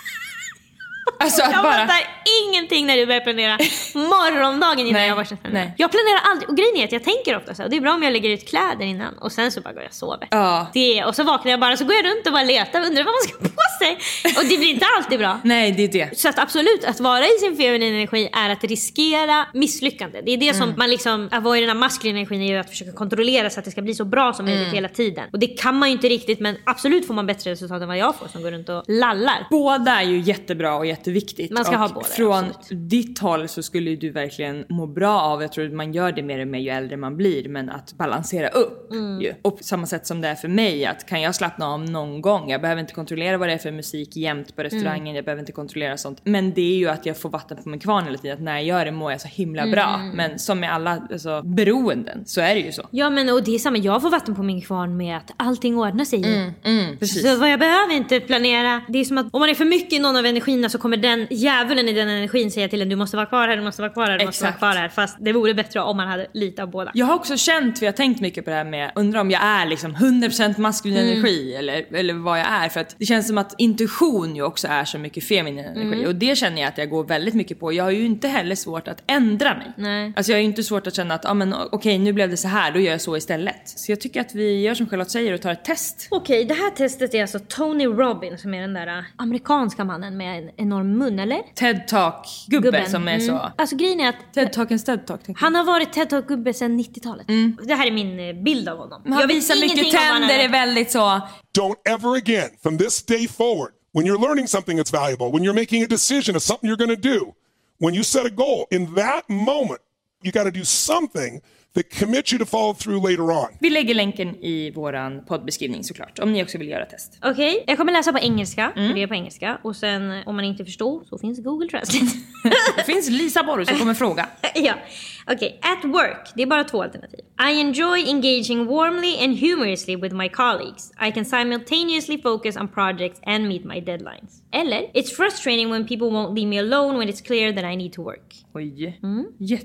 Alltså att jag bara... fattar ingenting när du börjar planera morgondagen innan jag varit henne. Jag planerar aldrig, och grejen är att jag tänker ofta så här, det är bra om jag lägger ut kläder innan och sen så bara går jag och sover. Och så vaknar jag bara, så går jag runt och bara letar och undrar vad man ska på sig. Och det blir inte alltid bra. Nej, det är det. Så att absolut, att vara i sin feminina energi är att riskera misslyckande. Det är det som man liksom, att vara i den här maskulina energin är ju att försöka kontrollera så att det ska bli så bra som möjligt hela tiden. Och det kan man ju inte riktigt, men absolut får man bättre resultat än vad jag får som går runt och lallar. Båda är ju jättebra och jätteviktigt. Man ska och ha båda. Från ditt håll så skulle du verkligen må bra av, jag tror att man gör det mer och mer ju äldre man blir, men att balansera upp ju. Och på samma sätt som det är för mig, att kan jag slappna av någon gång, jag behöver inte kontrollera vad det är för musik jämt på restaurangen, jag behöver inte kontrollera sånt, men det är ju att jag får vatten på min kvarn hela tiden, att när jag gör det mår jag så himla bra. Men som med alla beroenden så är det ju så. Ja, men och det är samma, jag får vatten på min kvarn med att allting ordnar sig. Precis. Så vad jag behöver inte planera. Det är som att om man är för mycket i någon av energierna så kommer den djävulen i den energin säga till en, du måste vara kvar här, du måste vara kvar här, du måste vara kvar här. Fast det vore bättre om man hade lite av båda. Jag har också känt, för jag har tänkt mycket på det här med, undrar om jag är liksom 100% maskulin energi eller vad jag är, för att det känns som att intuition ju också är så mycket feminin energi, och det känner jag att jag går väldigt mycket på. Jag har ju inte heller svårt att ändra mig. Nej. Alltså jag har ju inte svårt att känna att men okej, nu blev det så här, då gör jag så istället. Så jag tycker att vi gör som Charlotte säger och tar ett test. Okej, det här testet är alltså Tony Robbins, som är den där amerikanska mannen med en enorm mun, eller? TED Talk-gubben som är så... Alltså grejen är att TED Talk. han har varit TED Talk-gubbe sedan 90-talet. Det här är min bild av honom. Han visar mycket tänder, är väldigt så... Don't ever again, from this day forward, when you're learning something that's valuable, when you're making a decision of something you're going to do, when you set a goal, in that moment, you got to do something that commits you to follow through later on. Vi lägger länken i våran poddbeskrivning såklart, om ni också vill göra test. Okej, jag kommer läsa på engelska, för det är på engelska. Och sen om man inte förstår så finns Google Translate. Det finns Lisa Borg som kommer fråga. Ja, okej. At work, det är bara 2 alternativ. I enjoy engaging warmly and humorously with my colleagues. I can simultaneously focus on projects and meet my deadlines. Eller, it's frustrating when people won't leave me alone when it's clear that I need to work. Oj, jättemycket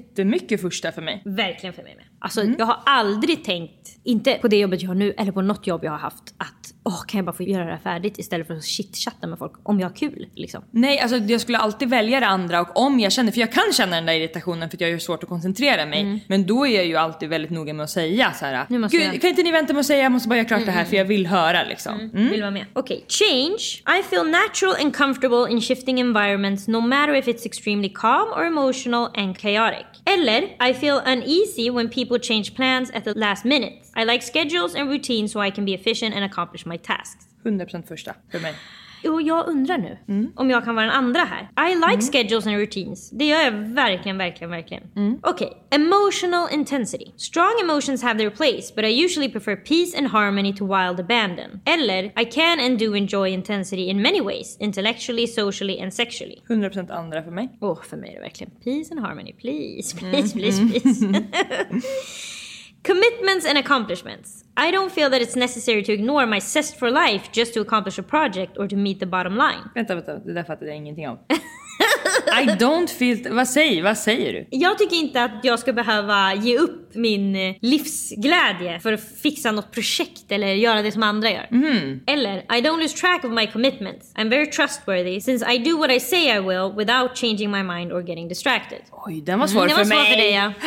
mycket första för mig. Verkligen för mig med. Alltså jag har aldrig tänkt, inte på det jobbet jag har nu eller på något jobb jag har haft, att kan jag bara få göra det här färdigt istället för att chitchatta med folk om jag har kul liksom. Nej, alltså jag skulle alltid välja det andra, och om jag känner, för jag kan känna den där irritationen för att jag är svårt att koncentrera mig, men då är jag ju alltid väldigt noga med att säga så här: Gud, kan inte ni vänta med att säga, jag måste bara göra klart det här för jag vill höra liksom. Vill vara med. Okej, change. I feel natural and comfortable in shifting environments no matter if it's extremely calm or emotional and chaotic. Eller I feel uneasy when people change plans at the last minute. I like schedules and routines so I can be efficient and accomplish my tasks. 100% första för mig. Och jag undrar nu om jag kan vara den andra här. I like schedules and routines. Det gör jag verkligen. Okej. Emotional intensity. Strong emotions have their place, but I usually prefer peace and harmony to wild abandon. Eller I can and do enjoy intensity in many ways, intellectually, socially and sexually. 100% andra för mig. För mig är det verkligen peace and harmony. Please. Commitments and accomplishments. I don't feel that it's necessary to ignore my zest for life just to accomplish a project or to meet the bottom line. Vänta, det där fattade jag ingenting om. I don't feel... Vad säger du? Jag tycker inte att jag ska behöva ge upp min livsglädje för att fixa något projekt eller göra det som andra gör. Eller, I don't lose track of my commitments. I'm very trustworthy since I do what I say I will without changing my mind or getting distracted. Oj, den var svår för mig. Det var svår för dig, ja.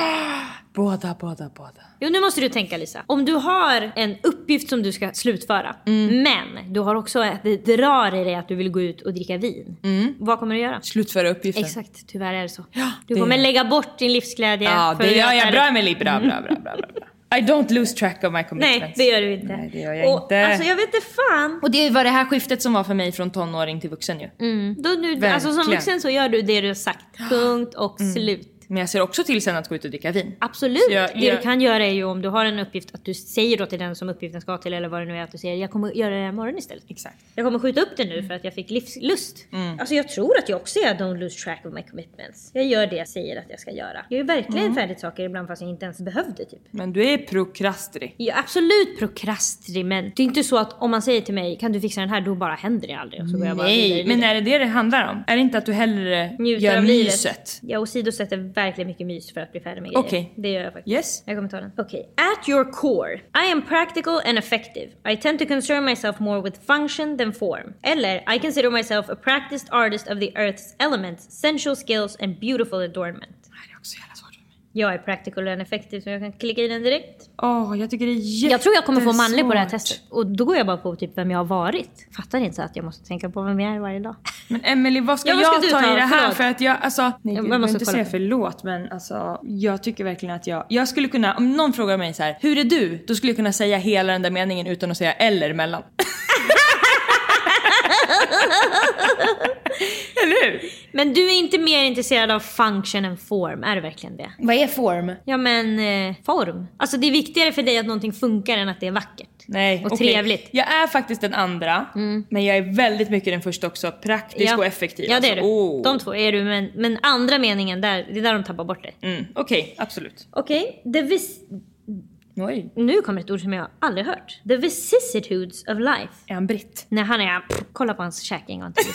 Båda. Jo, nu måste du tänka, Lisa. Om du har en uppgift som du ska slutföra, men du har också att det drar i dig att du vill gå ut och dricka vin. Vad kommer du göra? Slutföra uppgiften. Exakt, tyvärr är det så. Ja, du kommer lägga bort din livsglädje. Ja, det gör jag bra med bra. I don't lose track of my commitments. Nej, det gör du inte. Nej, det gör jag inte. Alltså, jag vet inte fan. Och det var det här skiftet som var för mig från tonåring till vuxen ju. Alltså som vuxen så gör du det du har sagt. Punkt och slut. Men jag ser också till sen att gå ut och dricka vin. Absolut. Det du kan göra är ju, om du har en uppgift, att du säger då till den som uppgiften ska till, eller vad det nu är, att du säger, jag kommer göra det här imorgon istället. Exakt. Jag kommer skjuta upp det nu för att jag fick livslust. Alltså jag tror att jag också är don't lose track of my commitments. Jag gör det jag säger att jag ska göra. Jag gör verkligen färdigt saker ibland fast jag inte ens behövde typ. Men du är prokrastrig. Ja, absolut prokrastrig, men det är inte så att om man säger till mig, kan du fixa den här, då bara händer det aldrig. Och så går jag bara vidare. Men är det handlar om? Är det inte att du hellre gör myset? Jag åsidosätter verkligen mycket mys för att bli färdig med grejer. Okej. Det gör jag faktiskt. Yes. Jag kommer ta den. Okej. At your core, I am practical and effective. I tend to concern myself more with function than form. Eller, I consider myself a practiced artist of the earth's elements, sensual skills and beautiful adornment. Det är också jävla svårt för mig. Jag är practical and effective, så jag kan klicka i den direkt. Jag tycker det är jättesvårt. Jag tror jag kommer få manlig på det här testet. Och då går jag bara på typ vem jag har varit. Fattar inte så att jag måste tänka på vem jag är varje dag. Men Emily, vad ska jag ta i det här? Förlåt. För att jag, alltså, nej, jag måste inte säga förlåt, men alltså, jag tycker verkligen att jag skulle kunna, om någon frågar mig så här, hur är du? Då skulle jag kunna säga hela den där meningen utan att säga eller mellan. Eller hur? Men du är inte mer intresserad av function än form, är det verkligen det? Vad är form? Ja men, form. Alltså det är viktigare för dig att någonting funkar än att det är vackert. Nej, och trevligt. Jag är faktiskt den andra, men jag är väldigt mycket den första också. Praktisk och effektiv. Ja, det är du. De två är du, men andra meningen, det är där de tappar bort det. Okej, absolut. Okej, nu kommer ett ord som jag aldrig hört. The vicissitudes of life. Är han britt? Nej, han är... kolla på hans käk en gång till.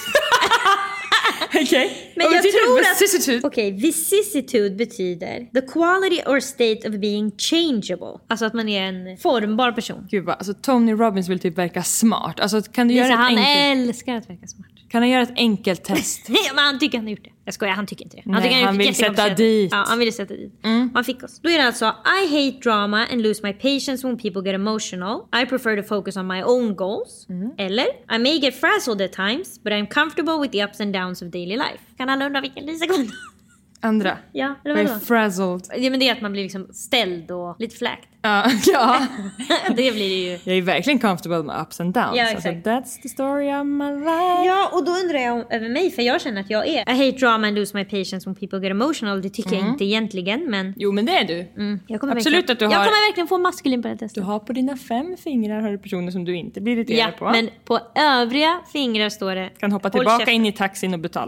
Okej. Men jag tror att... vicissitude betyder the quality or state of being changeable. Alltså att man är en formbar person. Gud vad, alltså Tony Robbins vill typ verka smart. Alltså kan du göra ett han älskar att verka smart. Kan han göra ett enkelt test? Nej, men han tycker han har gjort det. Jag skojar, han tycker inte det. Han vill sätta dit. Ja, han vill sätta dit. Man fick oss. Då är det alltså, I hate drama and lose my patience when people get emotional. I prefer to focus on my own goals. Eller, I may get frazzled at times, but I'm comfortable with the ups and downs of daily life. Kan alla undra vilken Lisa kommer? Andra. Ja, eller vadå? Frazzled. Ja, men det är att man blir liksom ställd och lite fläkt. Ja. Det blir det ju. Jag är verkligen comfortable med ups and downs. Ja, exakt. Alltså, that's the story of my life. Ja, och då undrar jag över mig, för jag känner att jag är. I hate drama and lose my patience when people get emotional. Det tycker jag inte egentligen, men... Jo, men det är du. Jag kommer absolut att du har... Jag kommer verkligen få maskulin på det testet. Du har på dina 5 fingrar har du personer som du inte blir irriterad på. Men på övriga fingrar står det... Kan hoppa tillbaka in i taxin och betala.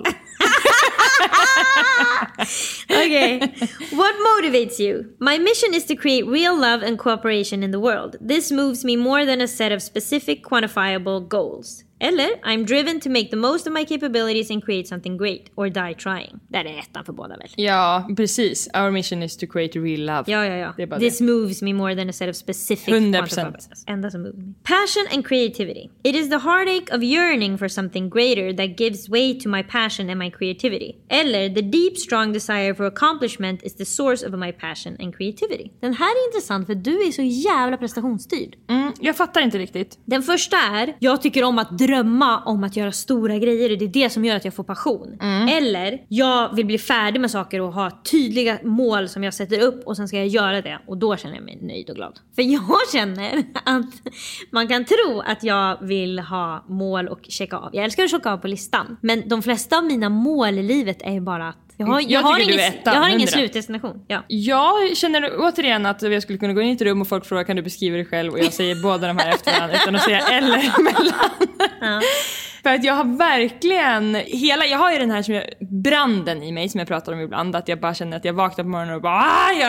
Okay. What motivates you? My mission is to create real love and cooperation in the world. This moves me more than a set of specific quantifiable goals. Eller I'm driven to make the most of my capabilities and create something great or die trying. Där är ettan för båda väl? Ja, precis. Our mission is to create real love. Ja. Det är bara This det. moves me more than a set of specific 100%. Enda som moves me. Passion and creativity. It is the heartache of yearning for something greater that gives way to my passion and my creativity. Eller the deep strong desire for accomplishment is the source of my passion and creativity. Den här är intressant för du är så jävla prestationsstyrd. Jag fattar inte riktigt. Den första är, jag tycker om att drömma om att göra stora grejer och det är det som gör att jag får passion. Eller, jag vill bli färdig med saker och ha tydliga mål som jag sätter upp och sen ska jag göra det och då känner jag mig nöjd och glad. För jag känner att man kan tro att jag vill ha mål och checka av. Jag älskar att checka av på listan, men de flesta av mina mål i livet är ju bara att jag har ingen slutdestination. Ja. Jag känner återigen att jag skulle kunna gå in i ett rum och folk frågar kan du beskriva dig själv och jag säger båda de här efter varandra utan att säga eller emellan. Ja. För att jag har verkligen jag har ju den här branden i mig som jag pratar om ibland, att jag bara känner att jag vaknar på morgonen och bara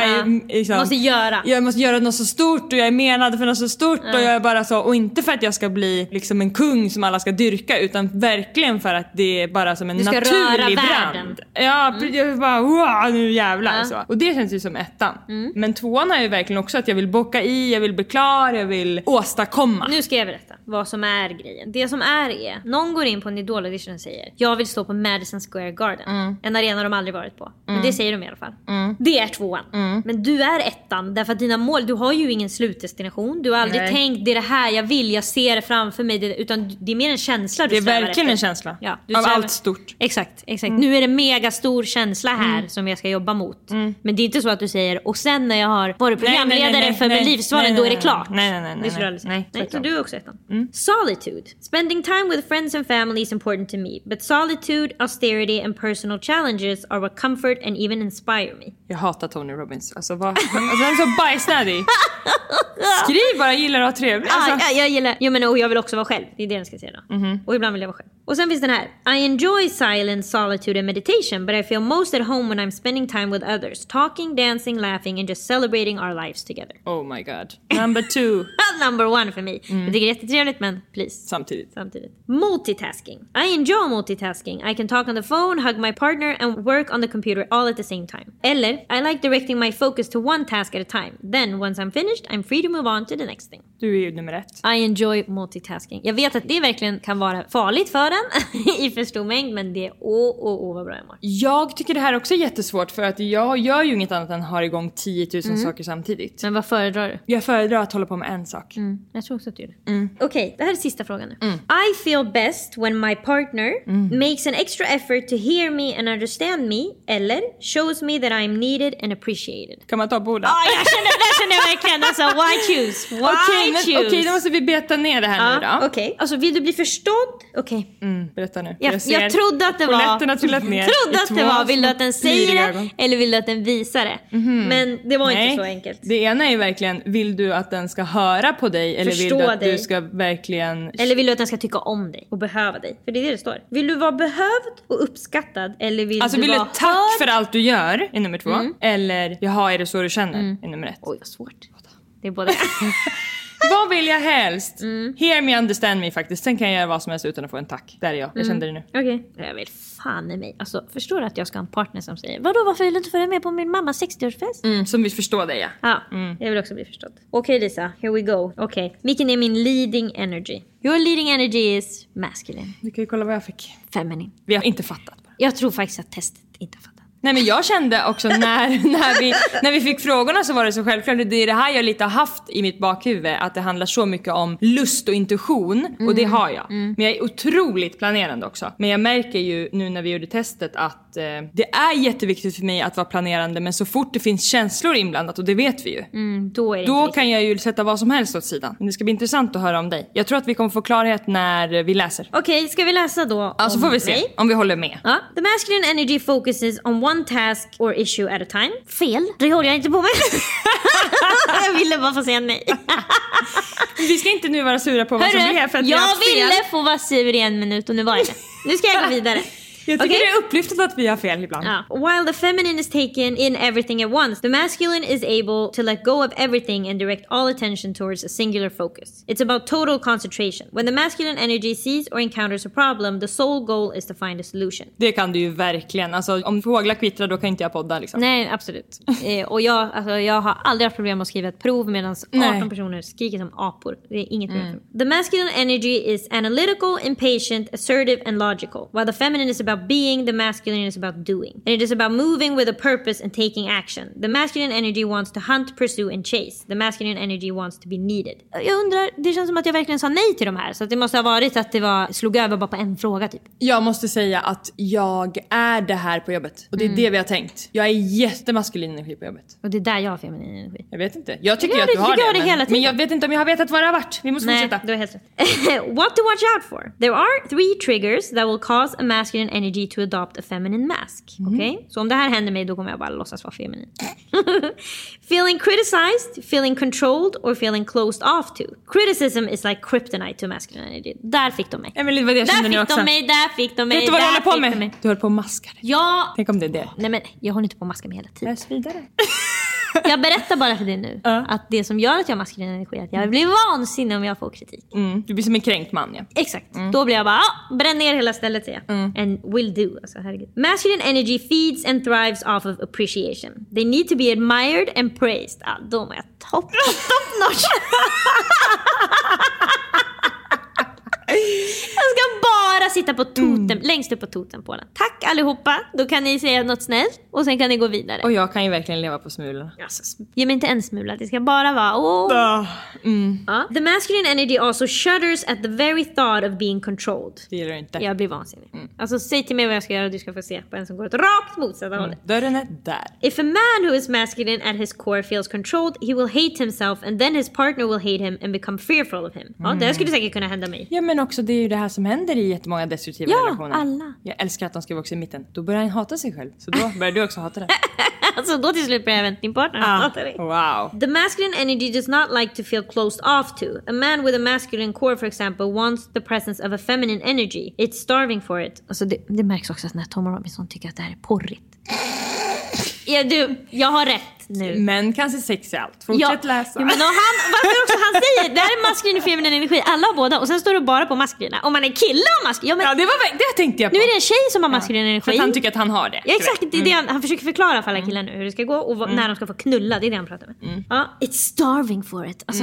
jag måste göra något så stort och jag är menad för något så stort och jag är bara så, och inte för att jag ska bli liksom en kung som alla ska dyrka utan verkligen för att det är bara som en naturlig brand. Ja, jag bara wow, nu jävlar så. Och det känns ju som ettan. Men tvåan är ju verkligen också att jag vill bocka i, jag vill bli klar, jag vill åstadkomma. Nu ska jag berätta vad som är grejen. Det som är någon går in på en Idol audition och säger jag vill stå på Madison Square Garden. En arena de aldrig varit på. Men det säger de i alla fall. Det är tvåan. Men du är ettan därför att dina mål, du har ju ingen slutdestination. Du har aldrig tänkt det är det här jag vill, jag ser det framför mig, utan det är mer en känsla du strävar efter. Det är verkligen efter. En känsla av allt stort. Exakt. Nu är det mega stor känsla här som jag ska jobba mot. Men det är inte så att du säger och sen när jag har varit programledare för Melodifestivalen då är det klart. Nej. Så du är också ettan. Solitude. Spending time with friends and family is important to me, but solitude, austerity and personal challenges are what comfort and even inspire me. Jag hatar Tony Robbins. Alltså han är så bajsnödig. Skriv bara, gillar att ha trevligt. Jag gillar, och jag vill också vara själv. Det är det jag ska säga då. Och ibland vill jag vara själv. Och sen finns den här. I enjoy silence, solitude and meditation, but I feel most at home when I'm spending time with others. Talking, dancing, laughing and just celebrating our lives together. Oh my god. Number 2. Number 1 för mig. Jag tycker det är jättetrevligt, men please. Samtidigt. Multitasking. I enjoy multitasking. I can talk on the phone, hug my partner and work on the computer all at the same time. Eller, I like directing my focus to one task at a time. Then, once I'm finished, I'm free to move on to the next thing. Du är ju nummer 1. I enjoy multitasking. Jag vet att det verkligen kan vara farligt för den i för stor mängd, men det är vad bra jag mår. Jag tycker det här också är jättesvårt för att jag gör ju inget annat än har igång 10 000 saker samtidigt. Men vad föredrar du? Jag föredrar att hålla på med en sak. Jag tror också att du gör det. Okej, det här är sista frågan nu. I feel best when my partner makes an extra effort to hear me and understand me, eller shows me that I'm needed and appreciated. Kan man ta båda? Jag känner verkligen alltså, why choose? Okej, då måste vi beta ner det här nu då. Okej, alltså vill du bli förstådd? Okej. Berätta nu. Jag trodde att det var... Polletterna trillat ner. Vill du att den säger det eller vill du att den visar det? Men det var inte så enkelt. Det ena är verkligen, vill du att den ska höra på dig eller förstå vill du att dig. du ska verkligen... Eller vill du att den ska tycka om dig och behöva dig? För det är det står. Vill du vara behövd och uppskattad eller vill du vill vara du tack för allt du gör är nummer 2. Eller jaha, är det så du känner är nummer 1. Oj, vad svårt. Det är både... Vad vill jag helst? Hear me, understand me faktiskt. Sen kan jag göra vad som helst utan att få en tack. Där är jag. Jag kände det nu. Okej. Jag vill fan i mig. Alltså, förstår du att jag ska ha en partner som säger vadå, varför vill du inte följa med på min mammas 60-årsfest? Som vill förstå dig, ja. Jag vill också bli förstådd. Okej, Lisa, here we go. Okej. Vilken är min leading energy? Your leading energy is masculine. Du kan ju kolla vad jag fick. Feminine. Vi har inte fattat bara. Jag tror faktiskt att testet inte har fattat. Nej, men jag kände också när vi fick frågorna så var det så självklart. Det är det här jag lite har haft i mitt bakhuvud, att det handlar så mycket om lust och intuition, och det har jag. Men jag är otroligt planerande också. Men jag märker ju nu när vi gjorde testet att det är jätteviktigt för mig att vara planerande, men så fort det finns känslor inblandat, och det vet vi ju, då kan jag ju sätta vad som helst åt sidan. Men det ska bli intressant att höra om dig. Jag tror att vi kommer få klarhet när vi läser. Okej, ska vi läsa då? Alltså får vi se om vi håller med. The masculine energy focuses on one task or issue at a time. Fel, det håller jag inte på med. Jag ville bara få säga nej. Vi ska inte nu vara sura på vad som blir här för att jag ville få vara sur i 1 minut och nu var det. Nu ska jag gå vidare. Jag tycker det är upplyftande att vi har fel ibland. While the feminine is taken in everything at once, the masculine is able to let go of everything and direct all attention towards a singular focus. It's about total concentration. When the masculine energy sees or encounters a problem, the sole goal is to find a solution. Det kan du ju verkligen. Alltså, om fåglar kvittrar, då kan inte jag podda liksom. Nej, absolut. Och jag har aldrig haft problem att skriva ett prov medan 18 personer skriker som apor. Det är inget problem. The masculine energy is analytical, impatient, assertive and logical. While the feminine is about being, the masculine is about doing. And it is about moving with a purpose and taking action. The masculine energy wants to hunt, pursue and chase. The masculine energy wants to be needed. Jag undrar, det känns som att jag verkligen sa nej till de här. Så att det måste ha varit att det slog över bara på en fråga typ. Jag måste säga att jag är det här på jobbet. Och det är det vi har tänkt. Jag är jättemaskulin energi på jobbet. Och det är där jag har feminin energi. Jag vet inte. Jag tycker att du har det. Men jag vet inte om jag har vetat vad det har varit. Vi måste fortsätta. Du har helt rätt. What to watch out for? There are 3 triggers that will cause a masculine energy to adopt a feminine mask. Okay? Så om det här händer mig, då kommer jag bara låtsas vara feminin. Feeling criticized, feeling controlled or feeling closed off to. Criticism is like kryptonite to masculine energy. Där fick de mig. Emily, vad jag kände nu också. Där fick de mig. Vet du vad du håller på med? Du håller på att maska dig. Ja. Tänk om det är det. Nej men, jag håller inte på att maska mig hela tiden. Läs vidare. Jag berättar bara för dig nu att det som gör att jag har maskulin energi är att jag blir vansinnig om jag får kritik. Du blir som en kränkt man, ja. Exakt. Då blir jag bara, bränn ner hela stället, säger jag. And will do. Alltså, herregud. Masculine energy feeds and thrives off of appreciation. They need to be admired and praised. De är top notch. Jag ska bara sitta på totem, längst upp på totempålen. Tack allihopa, då kan ni säga något snällt och sen kan ni gå vidare. Och jag kan ju verkligen leva på smulorna. Alltså, ge mig inte en smula, det ska bara vara The masculine energy also shudders at the very thought of being controlled. Det gillar du inte. Jag blir vansinnig. Alltså säg till mig vad jag ska göra och du ska få se på en som går åt rakt motsatta hållet. Dörren är där. If a man who is masculine at his core feels controlled, he will hate himself and then his partner will hate him and become fearful of him. Ja, det skulle säkert kunna hända mig. Ja, men också det är ju det här som händer i jättemånga destruktiva relationer. Ja, alla. Jag älskar att de ska vara också i mitten. Då börjar han hata sig själv. Så då börjar du också hata det. Alltså då till slut börjar även din partner hata dig. Wow. The masculine energy does not like to feel closed off to. A man with a masculine core, for example, wants the presence of a feminine energy. It's starving for it. Alltså det märks också att när Tom Robinson tycker att det här är porrigt. Ja, jag har rätt nu. Män kan se sex i allt. Fortsätt läsa. Ja, men varför också han säger det här är maskulin och feminin energi. Alla har båda. Och sen står det bara på maskulina. Om man är kille och maskulin. Ja, det tänkte jag på. Nu är det en tjej som har maskulin energi. För att han tycker att han har det. Ja, exakt. Det är det han försöker förklara för alla killar nu. Hur det ska gå och när de ska få knulla. Det är det han pratar med. Ja, it's starving for it. Alltså,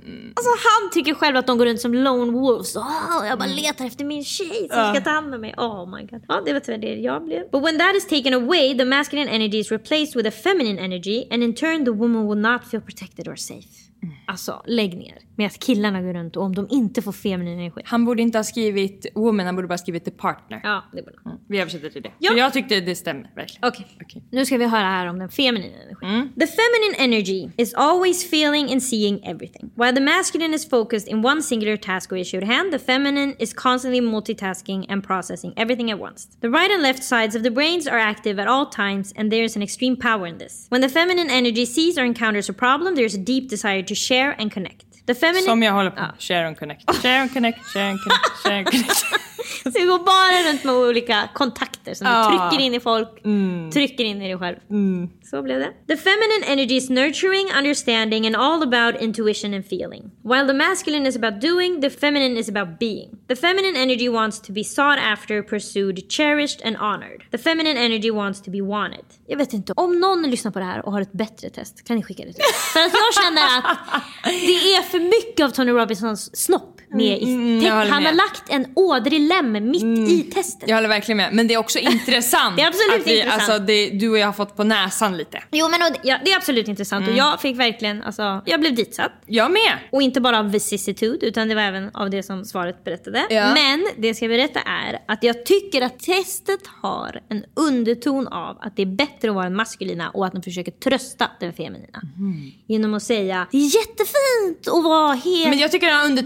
han tycker själv att de går runt som lone wolves. Jag bara letar efter min tjej som ska ta hand om mig. Oh my god. Ja, det var tyvärr det jag blev. But when that is taken away, the masculine energy is replaced with a feminine energy, and in turn the woman will not feel protected or safe. Alltså, lägg ner. Med att killarna går runt och om de inte får feminin energi. Han borde inte ha skrivit woman, han borde bara skrivit the partner. Ja, det borde han. Vi översätter till det. Ja. För jag tyckte det stämmer, verkligen. Okej. Nu ska vi höra här om den feminina energin. The feminine energy is always feeling and seeing everything. While the masculine is focused in one singular task or issue at hand, the feminine is constantly multitasking and processing everything at once. The right and left sides of the brains are active at all times, and there is an extreme power in this. When the feminine energy sees or encounters a problem, there is a deep desire to share and connect. The feminine... Som jag håller på. Share and connect. Share and connect. Share and connect. Share and connect. Så vi går bara runt med olika kontakter som du trycker in i folk, trycker in i dig själv. Så blev det. The feminine energy is nurturing, understanding and all about intuition and feeling. While the masculine is about doing, the feminine is about being. The feminine energy wants to be sought after, pursued, cherished and honored. The feminine energy wants to be wanted. Jag vet inte, om någon lyssnar på det här och har ett bättre test, kan ni skicka det till mig? För att jag känner att det är för mycket av Tony Robinsons snopp med i han har lagt en ådrig lem mitt i testet. Jag håller verkligen med. Men det är också intressant. Det är absolut att intressant. Alltså, du och jag har fått på näsan lite. Jo, men det är absolut intressant. Och jag fick verkligen, jag blev ditsatt. Jag med. Och inte bara av vicissitude, utan det var även av det som svaret berättade. Ja. Men det jag ska berätta är att jag tycker att testet har en underton av att det är bättre att vara en maskulina och att de försöker trösta den feminina. Genom att säga, det är jättefint att vara helt... Men jag tycker det har en underton av att han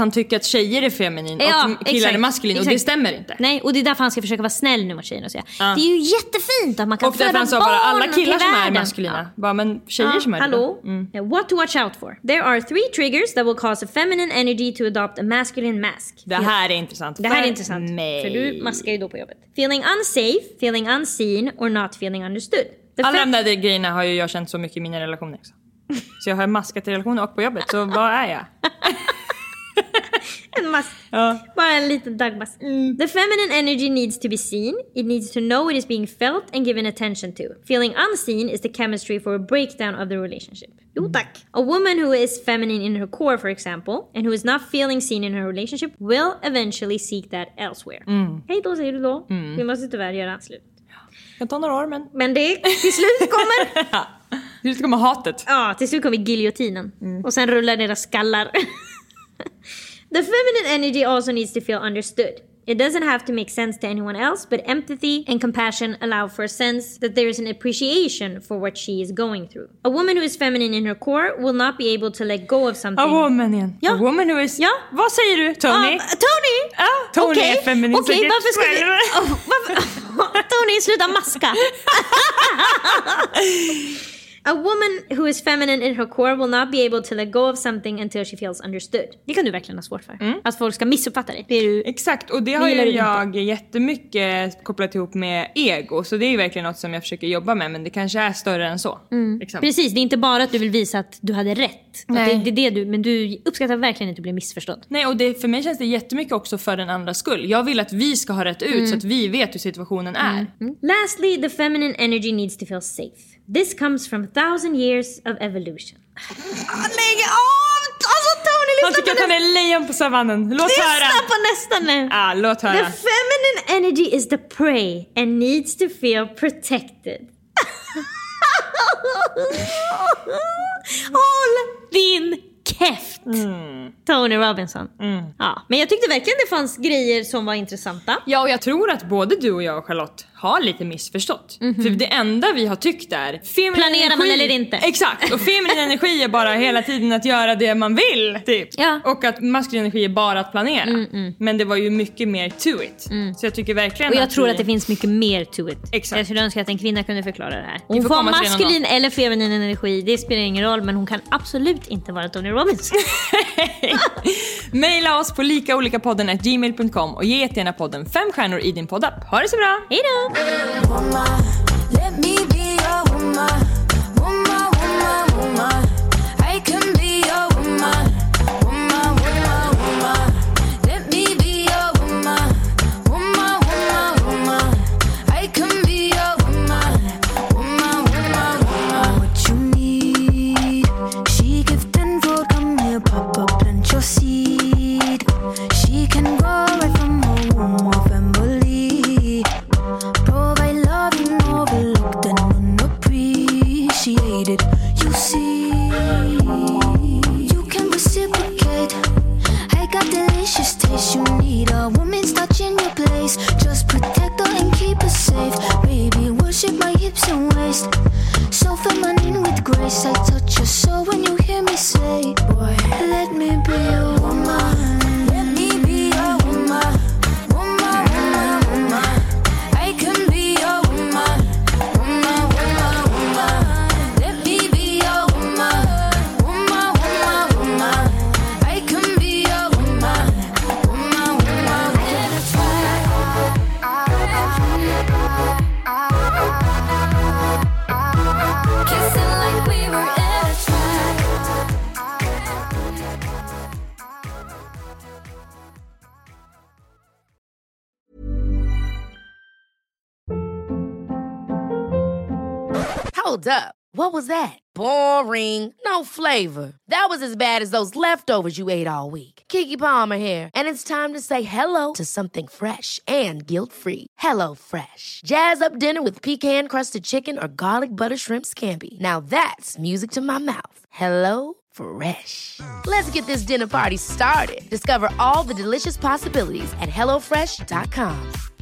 han tycker att tjejer är feminin och killar är maskulin. Och det stämmer inte. Nej, och det är därför han ska försöka vara snäll nu mot tjejerna och säga. Det är ju jättefint att man kan och föda barn. Och därför han sa bara alla killar som är maskulina. Bara, men tjejer som är det. What to watch out for. There are 3 triggers that will cause a feminine energy to adopt a masculine mask. Det här är intressant. Det här är intressant. För du maskar ju då på jobbet. Feeling unsafe, feeling unseen or not feeling understood. Alla de där grejerna har ju jag känt så mycket i mina relationer också. Så jag har maskat i relationer och på jobbet. Så vad är jag? En mask. Bara en liten dagmask. The feminine energy needs to be seen. It needs to know it is being felt and given attention to. Feeling unseen is the chemistry for a breakdown of the relationship. Jo tack. A woman who is feminine in her core, for example, and who is not feeling seen in her relationship will eventually seek that elsewhere. Hej då säger du då. Vi måste tyvärr göra slut. Jag tar några år men det till slut kommer... Till slut kommer hatet. Ja, till slut kommer giljotinen. Och sen rullar deras skallar. The feminine energy also needs to feel understood. It doesn't have to make sense to anyone else, but empathy and compassion allow for a sense that there is an appreciation for what she is going through. A woman who is feminine in her core will not be able to let go of something. A woman igen. Ja. A woman who is... Ja. Vad säger du, Tony? Tony är feminin. Okej, varför ska vi... Tony, sluta maska. A woman who is feminine in her core will not be able to let go of something until she feels understood. Det kan du verkligen ha svårt för. Att folk ska missuppfatta dig. Exakt, och det har ju jag jättemycket kopplat ihop med ego. Så det är ju verkligen något som jag försöker jobba med. Men det kanske är större än så. Precis, det är inte bara att du vill visa att du hade rätt. Nej. Att det är det men du uppskattar verkligen inte att bli missförstådd. Nej, och för mig känns det jättemycket också för den andra skull. Jag vill att vi ska ha rätt ut så att vi vet hur situationen är. Lastly, the feminine energy needs to feel safe. This comes from 1,000 years of evolution. Lägg av! Alltså Tony, lyssna. Han tycker att han är lejon på savannen. Låt höra. Lyssna på nästan nu. Låt höra. The feminine energy is the prey and needs to feel protected. Håll din käft. Tony Robinson. Ja, men jag tyckte verkligen det fanns grejer som var intressanta. Ja, och jag tror att både du och jag och Charlotte har lite missförstått. För det enda vi har tyckt är planerar man eller inte. Exakt, och feminin energi är bara hela tiden att göra det man vill typ. Ja. Och att maskulin energi är bara att planera. Men det var ju mycket mer to it. Så jag tycker verkligen och jag tror att det finns mycket mer to it. Exakt. Jag skulle önska att en kvinna kunde förklara det här. Hon får maskulin eller feminin energi, det spelar ingen roll. Men hon kan absolut inte vara Tony Robinson. Maila oss på likaolikapodden@gmail.com och ge jättegärna podden 5 stjärnor i din poddapp. Ha det så bra. Hej då. Let me be your woman, woman, woman, woman. I can be your woman, woman, woman, woman. Let me be your woman, woman, woman, woman. I can be your woman, woman, woman, woman. What you need, she give tenfold, come here, pop up, plant your seed. She can go right from her womb of family. Provide love you overlooked and unappreciated. You see, you can reciprocate. I got delicious taste. You need a woman's touch in your place. Just protect her and keep her safe. Baby, worship my hips and waist. So feminine with grace. I touch your soul when you hear me say, boy, let me be your woman. Let me be your woman. Woman, woman, woman. I can be your woman, woman, woman, woman. Let me be your woman, woman, woman, woman. I can be your woman, woman, woman, woman. Kissing like we were in a Hold up. What was that? Boring. No flavor. That was as bad as those leftovers you ate all week. Keke Palmer here, and it's time to say hello to something fresh and guilt-free. Hello Fresh. Jazz up dinner with pecan-crusted chicken or garlic butter shrimp scampi. Now that's music to my mouth. Hello Fresh. Let's get this dinner party started. Discover all the delicious possibilities at hellofresh.com.